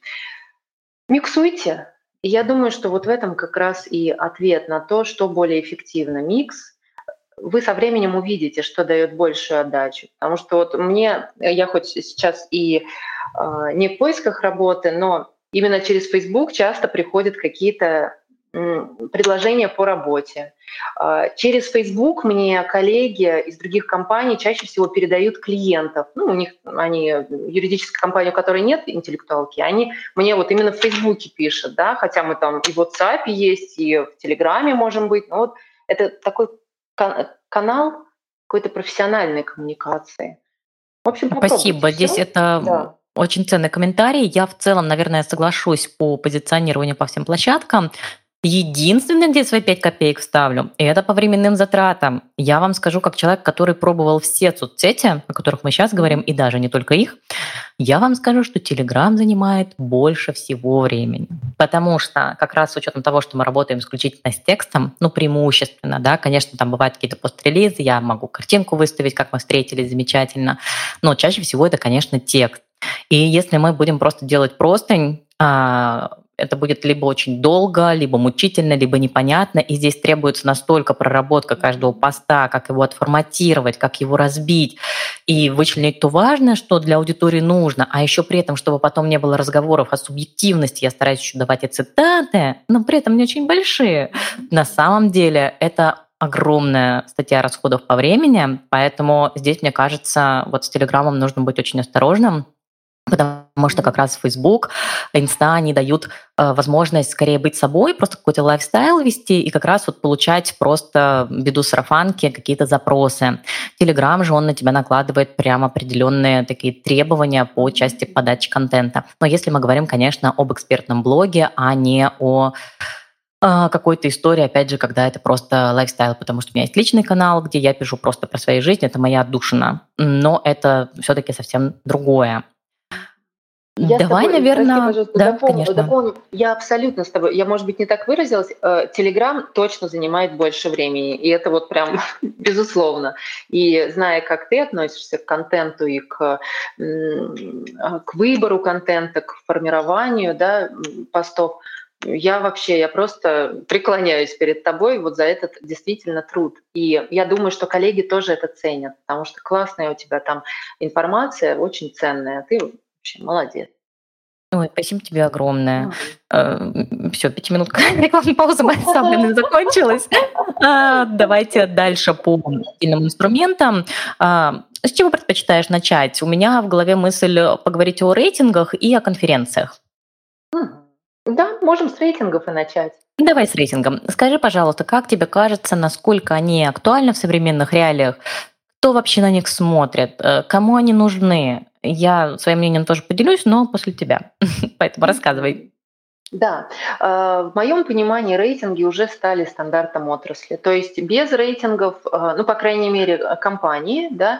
Speaker 2: Миксуйте. И я думаю, что вот в этом как раз и ответ на то, что более эффективно. Микс. Вы со временем увидите, что дает большую отдачу. Потому что вот я хоть сейчас и не в поисках работы, но именно через Facebook часто приходят какие-то предложения по работе. Через Facebook мне коллеги из других компаний чаще всего передают клиентов. Ну, у них юридическая компания, у которой нет интеллектуалки, они мне вот именно в Фейсбуке пишут, да, хотя мы там и в WhatsApp есть, и в Телеграме можем быть. Но вот это такой канал какой-то профессиональной коммуникации. В общем, попробуйте.
Speaker 1: Спасибо. Здесь это очень ценный комментарий. Я в целом, наверное, соглашусь по позиционированию по всем площадкам. Единственное, где свои 5 копеек вставлю, это по временным затратам. Я вам скажу, как человек, который пробовал все соцсети, о которых мы сейчас говорим, и даже не только их, я вам скажу, что Telegram занимает больше всего времени. Потому что как раз с учетом того, что мы работаем исключительно с текстом, преимущественно, да, конечно, там бывают какие-то пострелизы, я могу картинку выставить, как мы встретились, замечательно, но чаще всего это, конечно, текст. И если мы будем просто делать простынь, это будет либо очень долго, либо мучительно, либо непонятно. И здесь требуется настолько проработка каждого поста, как его отформатировать, как его разбить и вычленить то важное, что для аудитории нужно. А еще при этом, чтобы потом не было разговоров о субъективности, я стараюсь еще давать и цитаты, но при этом не очень большие. На самом деле это огромная статья расходов по времени, поэтому здесь, мне кажется, вот с Телеграмом нужно быть очень осторожным, потому что как раз Facebook, Инста, они дают возможность скорее быть собой, просто какой-то лайфстайл вести и как раз вот получать просто ввиду сарафанки какие-то запросы. Телеграм же, он на тебя накладывает прям определенные такие требования по части подачи контента. Но если мы говорим, конечно, об экспертном блоге, а не о какой-то истории, опять же, когда это просто лайфстайл, потому что у меня есть личный канал, где я пишу просто про свою жизнь, это моя отдушина, но это все-таки совсем другое.
Speaker 2: Давай,
Speaker 1: наверное,
Speaker 2: прости, пожалуйста, дополню. Я абсолютно с тобой. Я, может быть, не так выразилась. Телеграм точно занимает больше времени, и это вот прям безусловно. И зная, как ты относишься к контенту и к выбору контента, к формированию, да, постов, я просто преклоняюсь перед тобой вот за этот действительно труд. И я думаю, что коллеги тоже это ценят, потому что классная у тебя там информация, очень ценная. Ты вообще молодец.
Speaker 1: Ой, спасибо тебе огромное. Все, 5-минутка рекламной паузы моя оставленная закончилась. Давайте дальше по отдельным инструментам. С чего предпочитаешь начать? У меня в голове мысль поговорить о рейтингах и о конференциях.
Speaker 2: Да, можем с рейтингов и начать.
Speaker 1: Давай с рейтингом. Скажи, пожалуйста, как тебе кажется, насколько они актуальны в современных реалиях? Кто вообще на них смотрит? Кому они нужны? Я своим мнением тоже поделюсь, но после тебя. Поэтому рассказывай.
Speaker 2: Да, в моем понимании рейтинги уже стали стандартом отрасли. То есть без рейтингов, по крайней мере, компании, да,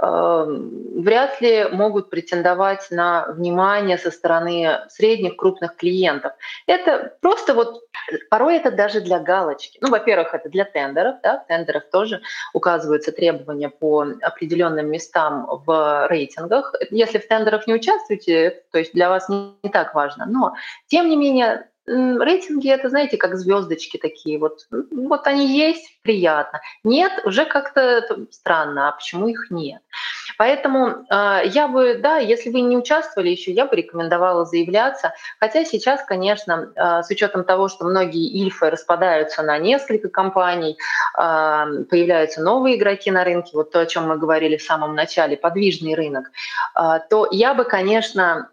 Speaker 2: вряд ли могут претендовать на внимание со стороны средних, крупных клиентов. Это просто порой это даже для галочки. Во-первых, это для тендеров, да, в тендерах тоже указываются требования по определенным местам в рейтингах. Если в тендерах не участвуете, то есть для вас не так важно, но тем не менее рейтинги — это, знаете, как звездочки такие. Вот они есть, приятно. Нет, уже как-то странно, а почему их нет? Поэтому я бы, да, если вы не участвовали еще, я бы рекомендовала заявляться. Хотя сейчас, конечно, с учетом того, что многие ильфы распадаются на несколько компаний, появляются новые игроки на рынке, вот то, о чем мы говорили в самом начале, подвижный рынок, то я бы, конечно,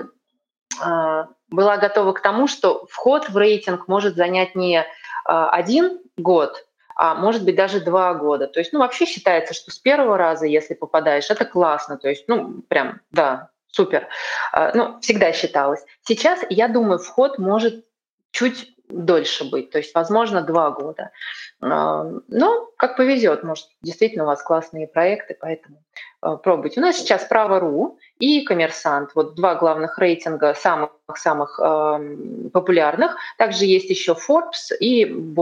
Speaker 2: была готова к тому, что вход в рейтинг может занять не 1 год, а может быть даже 2 года. То есть, вообще считается, что с первого раза, если попадаешь, это классно. То есть, прям, да, супер. Всегда считалось. Сейчас, я думаю, вход может чуть дольше быть, то есть, возможно, 2 года. Но как повезет, может, действительно у вас классные проекты, поэтому пробуйте. У нас сейчас «Право.ру» и «Коммерсант». Вот 2 главных рейтинга самых-самых популярных. Также есть еще Forbes и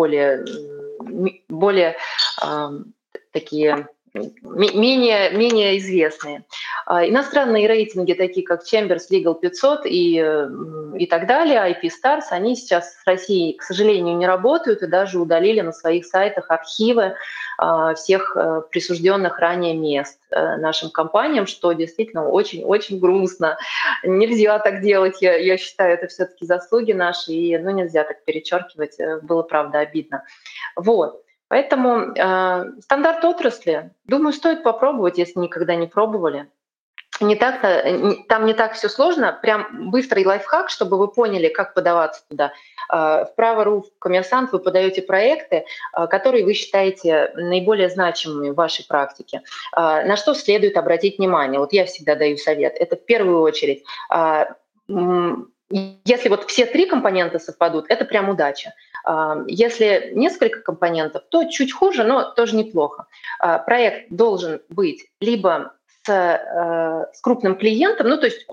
Speaker 2: более такие менее известные. Иностранные рейтинги, такие как Chambers Legal 500 и так далее, IP Stars, они сейчас с Россией, к сожалению, не работают и даже удалили на своих сайтах архивы всех присужденных ранее мест нашим компаниям, что действительно очень-очень грустно. Нельзя так делать, я считаю, это все-таки заслуги наши, и нельзя так перечеркивать, было, правда, обидно. Вот. Поэтому стандарт отрасли, думаю, стоит попробовать, если никогда не пробовали. Там не так все сложно. Прям быстрый лайфхак, чтобы вы поняли, как подаваться туда. В «Право.ру», в «Коммерсант» вы подаете проекты, которые вы считаете наиболее значимыми в вашей практике. На что следует обратить внимание? Вот я всегда даю совет. Это в первую очередь, если вот все 3 компонента совпадут, это прям удача. Если несколько компонентов, то чуть хуже, но тоже неплохо. Проект должен быть либо с крупным клиентом, то есть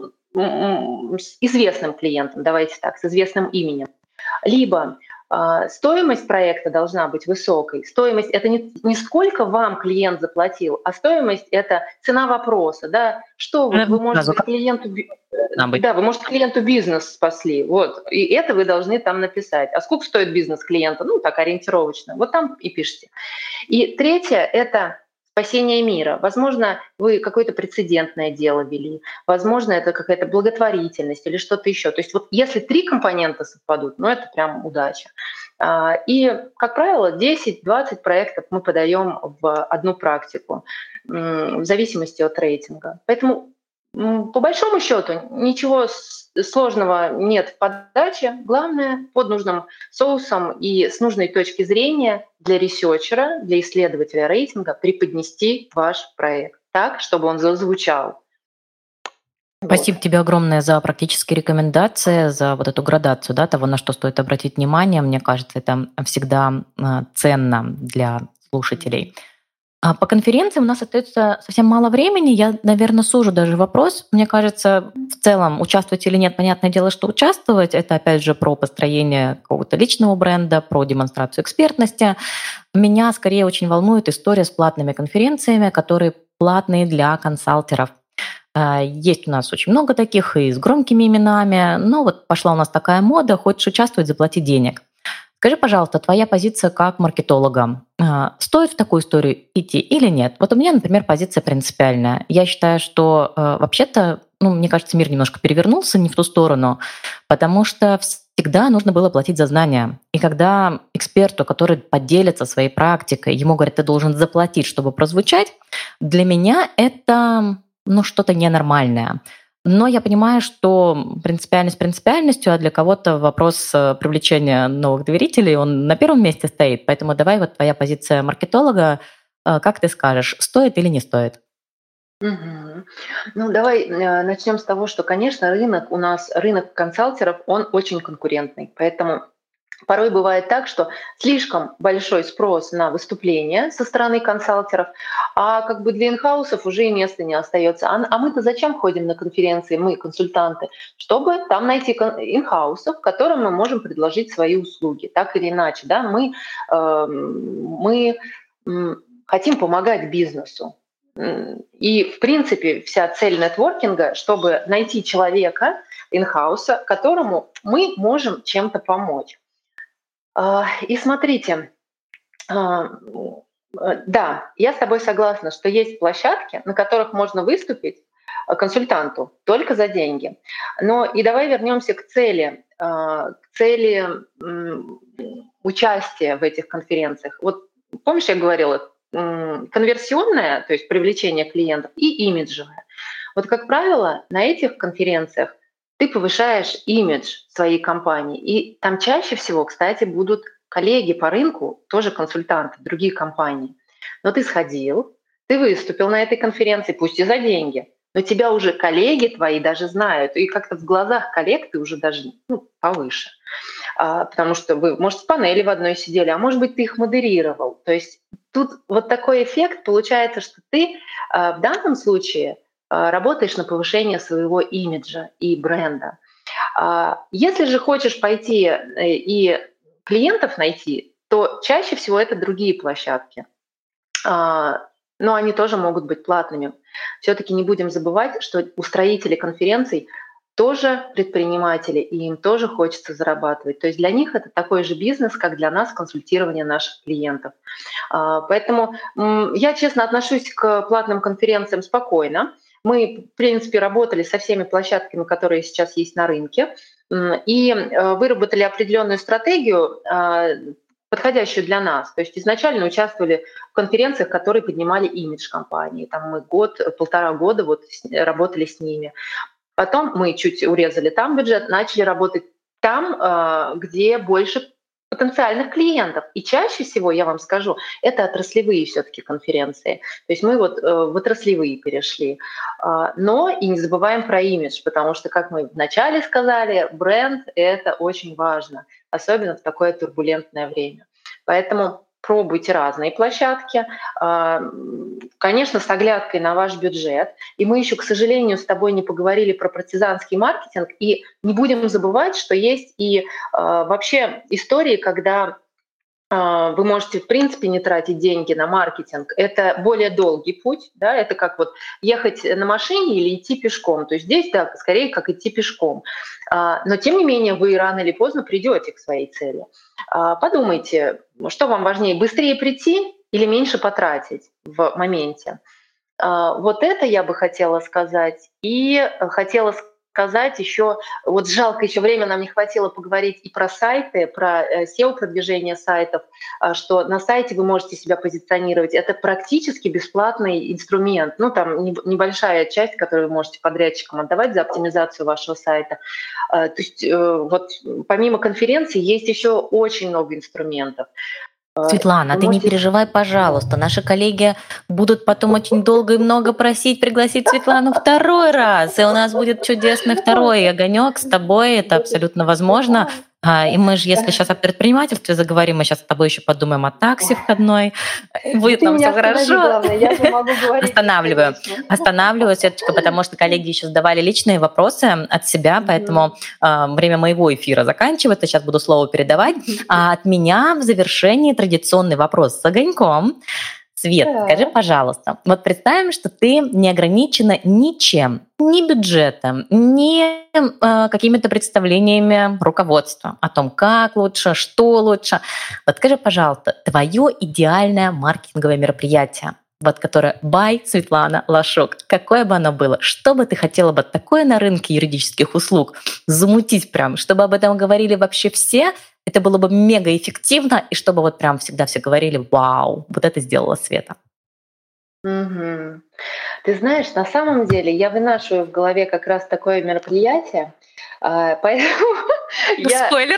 Speaker 2: с известным клиентом, давайте так, с известным именем, либо стоимость проекта должна быть высокой. Стоимость — это не сколько вам клиент заплатил, а стоимость — это цена вопроса. Да? Что вы можете клиенту... Да, вы, может, клиенту бизнес спасли. Вот. И это вы должны там написать. А сколько стоит бизнес клиента? Так ориентировочно. Вот там и пишите. И третье — это спасение мира. Возможно, вы какое-то прецедентное дело вели, возможно, это какая-то благотворительность или что-то еще. То есть вот если 3 компонента совпадут, это прям удача. И, как правило, 10-20 проектов мы подаем в одну практику, в зависимости от рейтинга. Поэтому по большому счету ничего сложного нет в подаче. Главное, под нужным соусом и с нужной точки зрения для ресерчера, для исследователя рейтинга преподнести ваш проект так, чтобы он зазвучал.
Speaker 1: Спасибо тебе огромное за практические рекомендации, за вот эту градацию того, на что стоит обратить внимание. Мне кажется, это всегда ценно для слушателей. А по конференции у нас остается совсем мало времени. Я, наверное, сужу даже вопрос. Мне кажется, в целом, участвовать или нет, понятное дело, что участвовать. Это, опять же, про построение какого-то личного бренда, про демонстрацию экспертности. Меня скорее очень волнует история с платными конференциями, которые платные для консалтеров. Есть у нас очень много таких и с громкими именами, но вот пошла у нас такая мода, хочешь участвовать, заплати денег. Скажи, пожалуйста, твоя позиция как маркетолога. Стоит в такую историю идти или нет? Вот у меня, например, позиция принципиальная. Я считаю, что вообще-то, мне кажется, мир немножко перевернулся не в ту сторону, потому что всегда нужно было платить за знания. И когда эксперту, который поделится своей практикой, ему говорят, ты должен заплатить, чтобы прозвучать, для меня это что-то ненормальное. Но я понимаю, что принципиальность принципиальностью, а для кого-то вопрос привлечения новых доверителей, он на первом месте стоит. Поэтому давай вот твоя позиция маркетолога, как ты скажешь, стоит или не стоит?
Speaker 2: Давай начнем с того, что, конечно, рынок консалтеров, он очень конкурентный. Поэтому порой бывает так, что слишком большой спрос на выступления со стороны консалтеров, а для инхаусов уже и места не остается. А мы-то зачем ходим на конференции, мы, консультанты? Чтобы там найти инхаусов, которым мы можем предложить свои услуги. Так или иначе, да, мы хотим помогать бизнесу. И, в принципе, вся цель нетворкинга, чтобы найти человека, инхауса, которому мы можем чем-то помочь. И смотрите, да, я с тобой согласна, что есть площадки, на которых можно выступить консультанту только за деньги. Но и давай вернемся к цели участия в этих конференциях. Вот помнишь, я говорила, конверсионное, то есть привлечение клиентов, и имиджевое. Вот, как правило, на этих конференциях ты повышаешь имидж своей компании. И там чаще всего, кстати, будут коллеги по рынку, тоже консультанты, другие компании. Но ты сходил, ты выступил на этой конференции, пусть и за деньги, но тебя уже коллеги твои даже знают, и как-то в глазах коллег ты уже даже повыше. Потому что вы, может, в панели в одной сидели, а может быть, ты их модерировал. То есть тут вот такой эффект получается, что ты в данном случае работаешь на повышение своего имиджа и бренда. Если же хочешь пойти и клиентов найти, то чаще всего это другие площадки. Но они тоже могут быть платными. Все-таки не будем забывать, что устроители конференций тоже предприниматели, и им тоже хочется зарабатывать. То есть для них это такой же бизнес, как для нас консультирование наших клиентов. Поэтому я, честно, отношусь к платным конференциям спокойно. Мы, в принципе, работали со всеми площадками, которые сейчас есть на рынке, и выработали определенную стратегию, подходящую для нас. То есть изначально участвовали в конференциях, которые поднимали имидж компании. Там мы полтора года работали с ними. Потом мы чуть урезали там бюджет, начали работать там, где больше потенциальных клиентов. И чаще всего, я вам скажу, это отраслевые все-таки конференции. То есть мы в отраслевые перешли. Но и не забываем про имидж, потому что, как мы вначале сказали, бренд — это очень важно, особенно в такое турбулентное время. Поэтому пробуйте разные площадки, конечно, с оглядкой на ваш бюджет. И мы еще, к сожалению, с тобой не поговорили про партизанский маркетинг. И не будем забывать, что есть и вообще истории, когда вы можете, в принципе, не тратить деньги на маркетинг. Это более долгий путь, да, это как вот ехать на машине или идти пешком. То есть здесь, да, скорее, как идти пешком. Но, тем не менее, вы рано или поздно придете к своей цели. Подумайте, что вам важнее, быстрее прийти или меньше потратить в моменте. Вот это я бы хотела сказать. И хотела сказать еще, вот жалко, еще время нам не хватило поговорить и про сайты, про SEO-продвижение сайтов, что на сайте вы можете себя позиционировать. Это практически бесплатный инструмент. Ну, там небольшая часть, которую вы можете подрядчикам отдавать за оптимизацию вашего сайта. То есть вот помимо конференции есть еще очень много инструментов.
Speaker 1: Светлана, ты не переживай, пожалуйста. Наши коллеги будут потом очень долго и много просить пригласить Светлану второй раз. И у нас будет чудесный второй огонек с тобой. Это абсолютно возможно. И мы же, если сейчас о предпринимательстве заговорим, мы сейчас с тобой еще подумаем о такси входной. Будет нам все хорошо. Останавливаю, Светочка, потому что коллеги еще задавали личные вопросы от себя, поэтому время моего эфира заканчивается. Сейчас буду слово передавать. А от меня в завершении традиционный вопрос с огоньком. Свет, скажи, пожалуйста, вот представим, что ты не ограничена ничем, ни бюджетом, ни какими-то представлениями руководства о том, как лучше, что лучше. Вот скажи, пожалуйста, твое идеальное маркетинговое мероприятие, вот которое by Светлана Лашук, какое бы оно было? Что бы ты хотела бы такое на рынке юридических услуг замутить прям, чтобы об этом говорили вообще все? Это было бы мега эффективно, и чтобы вот прям всегда все говорили: вау, вот это сделала Света.
Speaker 2: Угу. Ты знаешь, на самом деле я вынашиваю в голове как раз такое мероприятие, поэтому
Speaker 1: Спойлер,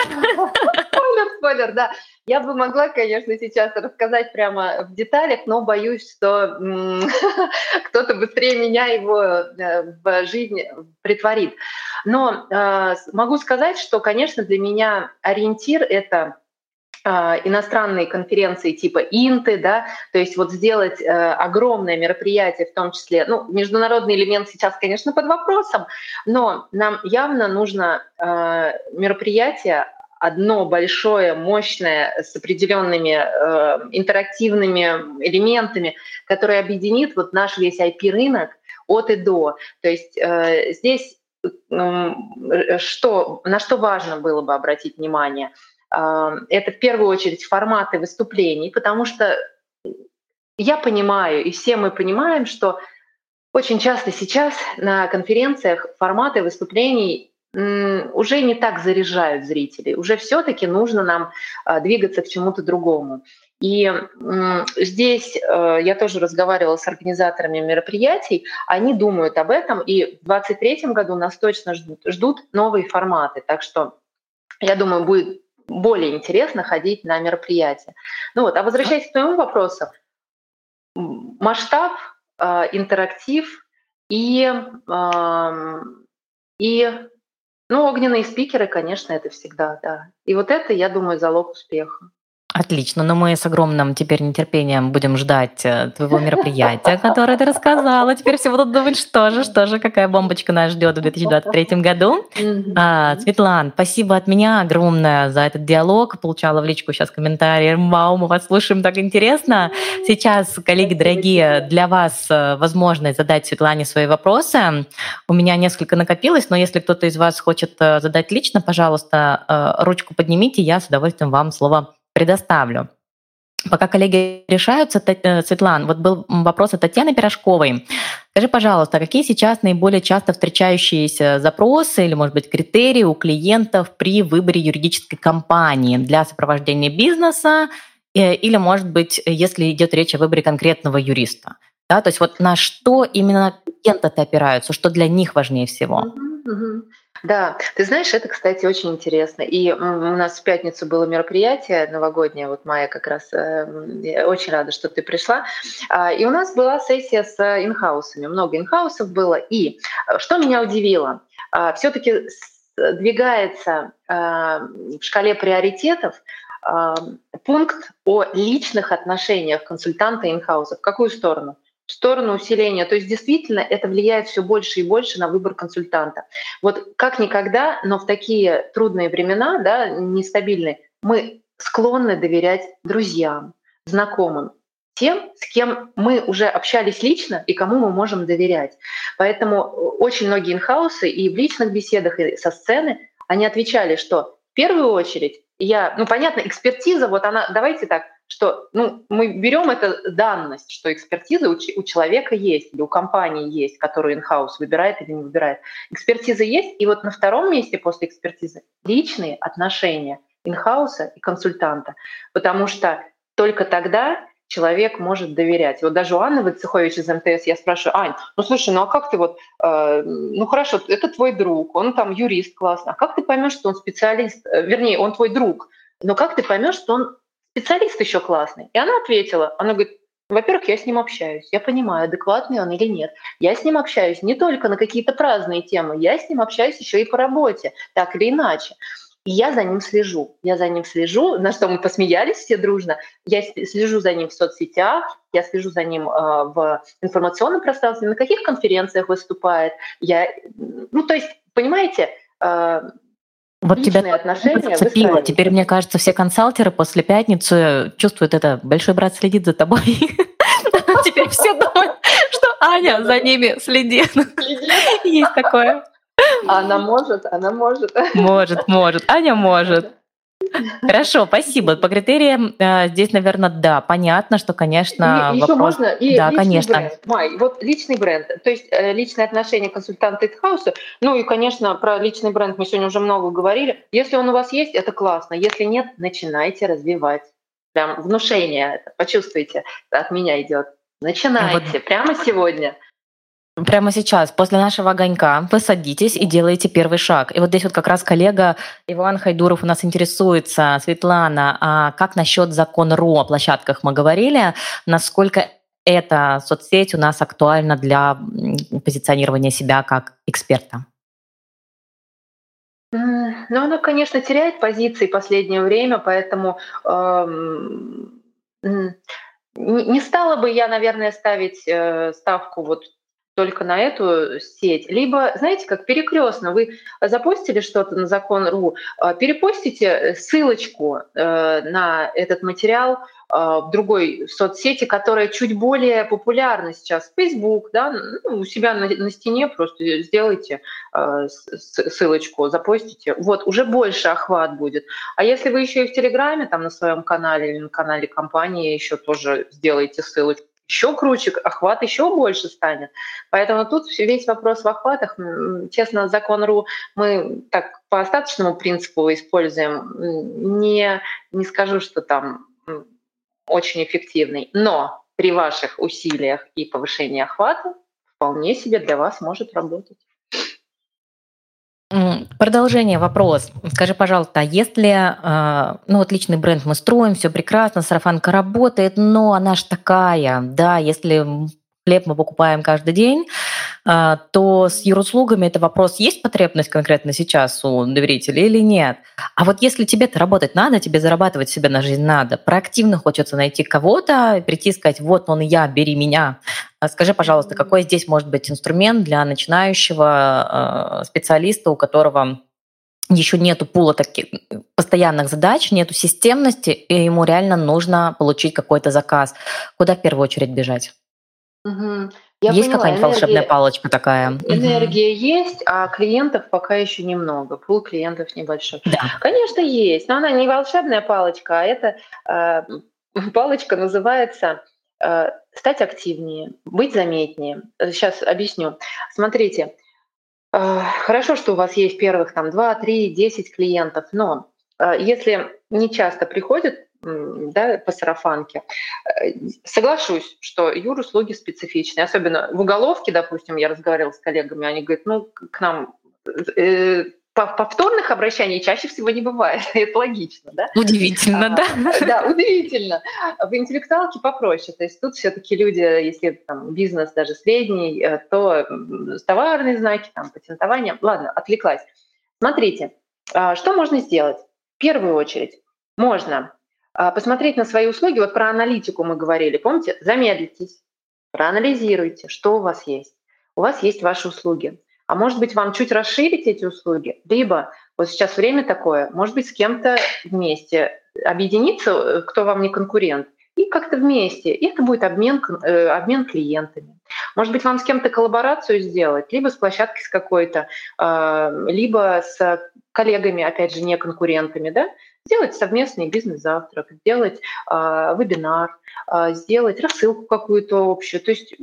Speaker 2: спойлер, да. Я бы могла, конечно, сейчас рассказать прямо в деталях, но боюсь, что кто-то быстрее меня его в жизнь притворит. Но могу сказать, что, конечно, для меня ориентир — это иностранные конференции типа Инты, да, то есть вот сделать огромное мероприятие, в том числе, ну, международный элемент сейчас, конечно, под вопросом, но нам явно нужно мероприятие одно большое, мощное, с определенными интерактивными элементами, которое объединит вот наш весь IP-рынок от и до. То есть здесь на что важно было бы обратить внимание — это в первую очередь форматы выступлений, потому что я понимаю, и все мы понимаем, что очень часто сейчас на конференциях форматы выступлений уже не так заряжают зрителей, уже все-таки нужно нам двигаться к чему-то другому. И здесь я тоже разговаривала с организаторами мероприятий, они думают об этом, и в 2023 году нас точно ждут новые форматы. Так что, я думаю, будет более интересно ходить на мероприятия. Ну вот, а возвращаясь к твоему вопросу, масштаб, интерактив и, и ну, огненные спикеры, конечно, это всегда, да. И вот это, я думаю, залог успеха.
Speaker 1: Отлично. Но мы с огромным теперь нетерпением будем ждать твоего мероприятия, которое ты рассказала. Теперь все будут думать, что же, какая бомбочка нас ждет в 2023 году. Светлана, спасибо от меня огромное за этот диалог. Получала в личку сейчас комментарии. Вау, мы вас слушаем, так интересно. Сейчас, коллеги дорогие, для вас возможность задать Светлане свои вопросы. У меня несколько накопилось, но если кто-то из вас хочет задать лично, пожалуйста, ручку поднимите, я с удовольствием вам слово предоставлю. Пока коллеги решаются, Светлана, вот был вопрос от Татьяны Пирожковой. Скажи, пожалуйста, какие сейчас наиболее часто встречающиеся запросы или, может быть, критерии у клиентов при выборе юридической компании для сопровождения бизнеса или, может быть, если идет речь о выборе конкретного юриста? Да, то есть вот на что именно клиенты опираются, что для них важнее всего?
Speaker 2: Да, ты знаешь, это, кстати, очень интересно. И у нас в пятницу было мероприятие новогоднее, вот Майя как раз, я очень рада, что ты пришла. И у нас была сессия с инхаусами, много инхаусов было. И что меня удивило, все-таки двигается в шкале приоритетов пункт о личных отношениях консультанта и инхауса. В какую сторону? В сторону усиления. То есть действительно это влияет все больше и больше на выбор консультанта. Вот как никогда, но в такие трудные времена, да, нестабильные, мы склонны доверять друзьям, знакомым, тем, с кем мы уже общались лично и кому мы можем доверять. Поэтому очень многие инхаусы и в личных беседах, и со сцены, они отвечали, что в первую очередь понятно, экспертиза, вот она, давайте так, что мы берем это данность, что экспертиза у человека есть, или у компании есть, которую инхаус выбирает или не выбирает. Экспертиза есть, и вот на втором месте после экспертизы личные отношения инхауса и консультанта, потому что только тогда человек может доверять. Вот даже у Анны Войцехович из МТС я спрашиваю: Ань, слушай, а как ты хорошо, это твой друг, он там юрист классный, а как ты поймешь, что он специалист, вернее, он твой друг, но как ты поймешь, что он специалист еще классный? И она ответила, она говорит: во-первых, я с ним общаюсь, я понимаю, адекватный он или нет. Я с ним общаюсь не только на какие-то праздные темы, я с ним общаюсь еще и по работе, так или иначе. И я за ним слежу, на что мы посмеялись все дружно. Я слежу за ним в соцсетях, я слежу за ним в информационном пространстве, на каких конференциях выступает. То есть, понимаете,
Speaker 1: вот тебя зацепило. Теперь, мне кажется, все консалтеры после пятницы чувствуют это. Большой брат следит за тобой. Теперь все думают, что Аня за ними следит. Есть такое.
Speaker 2: Она может.
Speaker 1: Может. Аня может. Хорошо, спасибо. По критериям здесь, наверное, да, понятно, что, конечно,
Speaker 2: еще вопрос... можно и
Speaker 1: да,
Speaker 2: личный
Speaker 1: конечно.
Speaker 2: Бренд. Май, вот личный бренд, то есть личные отношения консультанта инхауса. И, конечно, про личный бренд мы сегодня уже много говорили. Если он у вас есть, это классно. Если нет, начинайте развивать. Прям внушение, это почувствуйте, от меня идет. Начинайте прямо сегодня.
Speaker 1: Прямо сейчас, после нашего огонька, вы садитесь и делаете первый шаг. И вот здесь вот как раз коллега Иван Хайдуров у нас интересуется. Светлана, а как насчет Закон.ру? О площадках мы говорили. Насколько эта соцсеть у нас актуальна для позиционирования себя как эксперта?
Speaker 2: Она, конечно, теряет позиции в последнее время, поэтому не стала бы я, наверное, ставить ставку вот только на эту сеть. Либо, знаете, как перекрестно, вы запостили что-то на Закон.ру, перепостите ссылочку на этот материал в другой соцсети, которая чуть более популярна сейчас, Facebook, да, у себя на стене просто сделайте ссылочку, запостите, вот, уже больше охват будет. А если вы еще и в Телеграме, там на своем канале или на канале компании еще тоже сделаете ссылочку, еще круче, охват еще больше станет. Поэтому тут весь вопрос в охватах. Честно, Закон.ру мы так по остаточному принципу используем. Не скажу, что там очень эффективный, но при ваших усилиях и повышении охвата вполне себе для вас может работать.
Speaker 1: Продолжение вопрос. Скажи, пожалуйста, если личный бренд мы строим, все прекрасно, сарафанка работает, но она ж такая, да, если хлеб мы покупаем каждый день, то с юруслугами это вопрос, есть потребность конкретно сейчас у доверителя или нет. А вот если тебе-то работать надо, тебе зарабатывать себе на жизнь надо, проактивно хочется найти кого-то, прийти и сказать, вот он я, бери меня. Скажи, пожалуйста, какой здесь может быть инструмент для начинающего специалиста, у которого еще нету пула таких постоянных задач, нету системности, и ему реально нужно получить какой-то заказ. Куда в первую очередь бежать?
Speaker 2: Я
Speaker 1: Есть
Speaker 2: поняла,
Speaker 1: какая-нибудь волшебная палочка такая?
Speaker 2: энергия есть, а клиентов пока еще немного, пул клиентов небольшой.
Speaker 1: Да.
Speaker 2: Конечно, есть, но она не волшебная палочка, а это палочка называется стать активнее, быть заметнее. Сейчас объясню. Смотрите, хорошо, что у вас есть первых там 2, 3, 10 клиентов, но если не часто приходят да, по сарафанке, соглашусь, что юруслуги специфичные. Особенно в уголовке, допустим, я разговаривала с коллегами, они говорят, ну, к нам повторных обращений чаще всего не бывает. Это логично, да?
Speaker 1: Удивительно, да?
Speaker 2: Да, удивительно. В интеллектуалке попроще. То есть тут все-таки люди, если там бизнес даже средний, то товарные знаки, там, патентование. Ладно, отвлеклась. Смотрите, что можно сделать? В первую очередь можно посмотреть на свои услуги. Вот про аналитику мы говорили. Помните? Замедлитесь, проанализируйте, что у вас есть. У вас есть ваши услуги. А может быть, вам чуть расширить эти услуги, либо вот сейчас время такое, может быть, с кем-то вместе объединиться, кто вам не конкурент, и как-то вместе. И это будет обмен клиентами. Может быть, вам с кем-то коллаборацию сделать, либо с площадкой с какой-то, либо с коллегами, опять же, не конкурентами, да? Сделать совместный бизнес-завтрак, сделать вебинар, сделать рассылку какую-то общую. То есть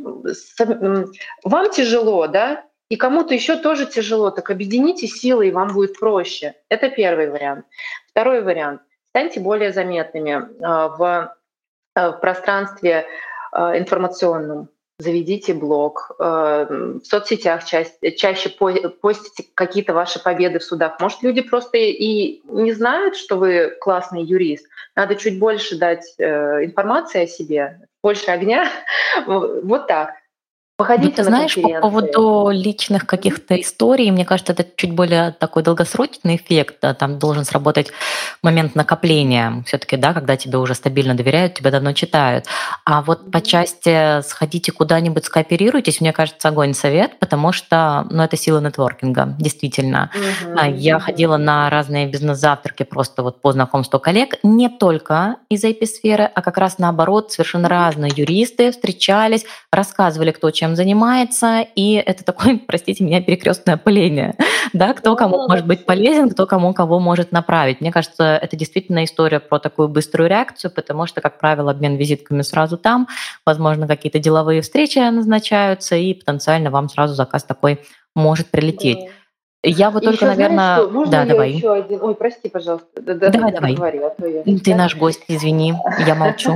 Speaker 2: вам тяжело, да? И кому-то еще тоже тяжело, так объедините силы, и вам будет проще. Это первый вариант. Второй вариант. Станьте более заметными в пространстве информационном. Заведите блог, в соцсетях чаще постите какие-то ваши победы в судах. Может, люди просто и не знают, что вы классный юрист. Надо чуть больше дать информации о себе, больше огня. Вот так.
Speaker 1: Вот ты знаешь, по поводу личных каких-то историй, мне кажется, это чуть более такой долгосрочный эффект. Да, там должен сработать момент накопления все-таки, да, когда тебе уже стабильно доверяют, тебя давно читают. А вот по части сходите куда-нибудь, скооперируйтесь, мне кажется, огонь совет, потому что, ну, это сила нетворкинга, действительно. Я ходила на разные бизнес-завтраки просто вот по знакомству коллег, не только из IP-сферы, а как раз наоборот, совершенно разные юристы встречались, рассказывали, кто чем занимается, и это такое, простите меня, перекрестное опыление, да, кто кому может быть полезен, кто кого может направить. Мне кажется, это действительно история про такую быструю реакцию, потому что, как правило, обмен визитками сразу там, возможно, какие-то деловые встречи назначаются, и потенциально вам сразу заказ такой может прилететь. Я вот только, наверное...
Speaker 2: Да, давай. Еще один... Ой, прости, пожалуйста.
Speaker 1: Давай.
Speaker 2: Говори, а то я...
Speaker 1: Ты наш гость, извини, я молчу.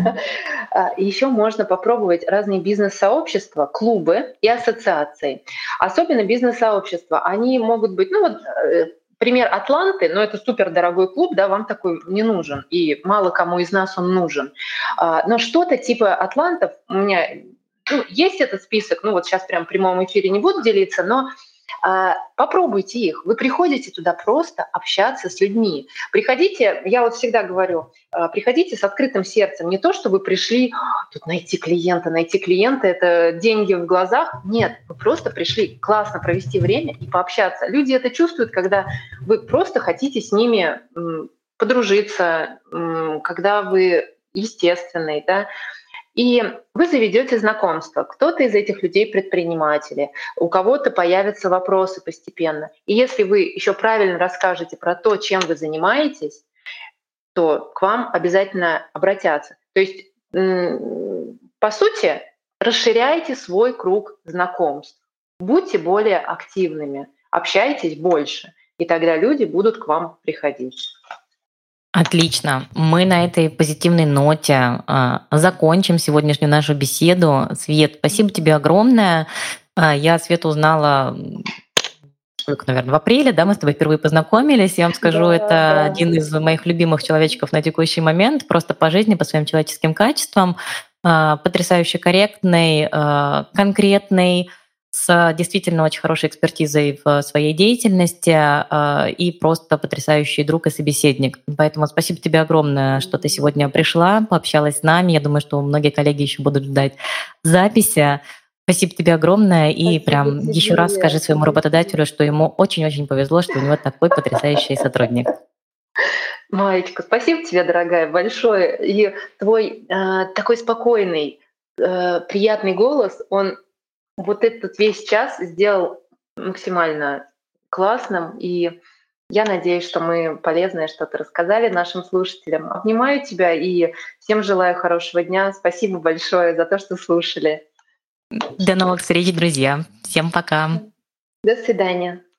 Speaker 2: Еще можно попробовать разные бизнес-сообщества, клубы и ассоциации. Особенно бизнес-сообщества. Они могут быть... Ну вот пример Атланты, но это супер дорогой клуб, да, вам такой не нужен. И мало кому из нас он нужен. Но что-то типа Атлантов... У меня есть этот список, ну вот сейчас прям в прямом эфире не буду делиться, но попробуйте их. Вы приходите туда просто общаться с людьми. Приходите, я вот всегда говорю, приходите с открытым сердцем. Не то, что вы пришли тут найти клиента, это деньги в глазах. Нет, вы просто пришли классно провести время и пообщаться. Люди это чувствуют, когда вы просто хотите с ними подружиться, когда вы естественный, да. И вы заведете знакомство. Кто-то из этих людей предприниматели, у кого-то появятся вопросы постепенно. И если вы еще правильно расскажете про то, чем вы занимаетесь, то к вам обязательно обратятся. То есть, по сути, расширяйте свой круг знакомств. Будьте более активными, общайтесь больше, и тогда люди будут к вам приходить.
Speaker 1: Отлично. Мы на этой позитивной ноте закончим сегодняшнюю нашу беседу. Свет, спасибо тебе огромное. Я Свету узнала, наверное, в апреле, да, мы с тобой впервые познакомились. Я вам скажу, это один из моих любимых человечков на текущий момент, просто по жизни, по своим человеческим качествам. Потрясающе корректный, конкретный, с действительно очень хорошей экспертизой в своей деятельности и просто потрясающий друг и собеседник. Поэтому спасибо тебе огромное, что ты сегодня пришла, пообщалась с нами. Я думаю, что многие коллеги еще будут ждать записи. Спасибо тебе огромное. И
Speaker 2: Спасибо
Speaker 1: прям
Speaker 2: тебе.
Speaker 1: еще раз скажи своему работодателю, что ему очень-очень повезло, что у него такой потрясающий сотрудник.
Speaker 2: Маечка, спасибо тебе, дорогая, большое. И твой такой спокойный, приятный голос, он вот этот весь час сделал максимально классным. И я надеюсь, что мы полезное что-то рассказали нашим слушателям. Обнимаю тебя и всем желаю хорошего дня. Спасибо большое за то, что слушали.
Speaker 1: До новых встреч, друзья. Всем пока.
Speaker 2: До свидания.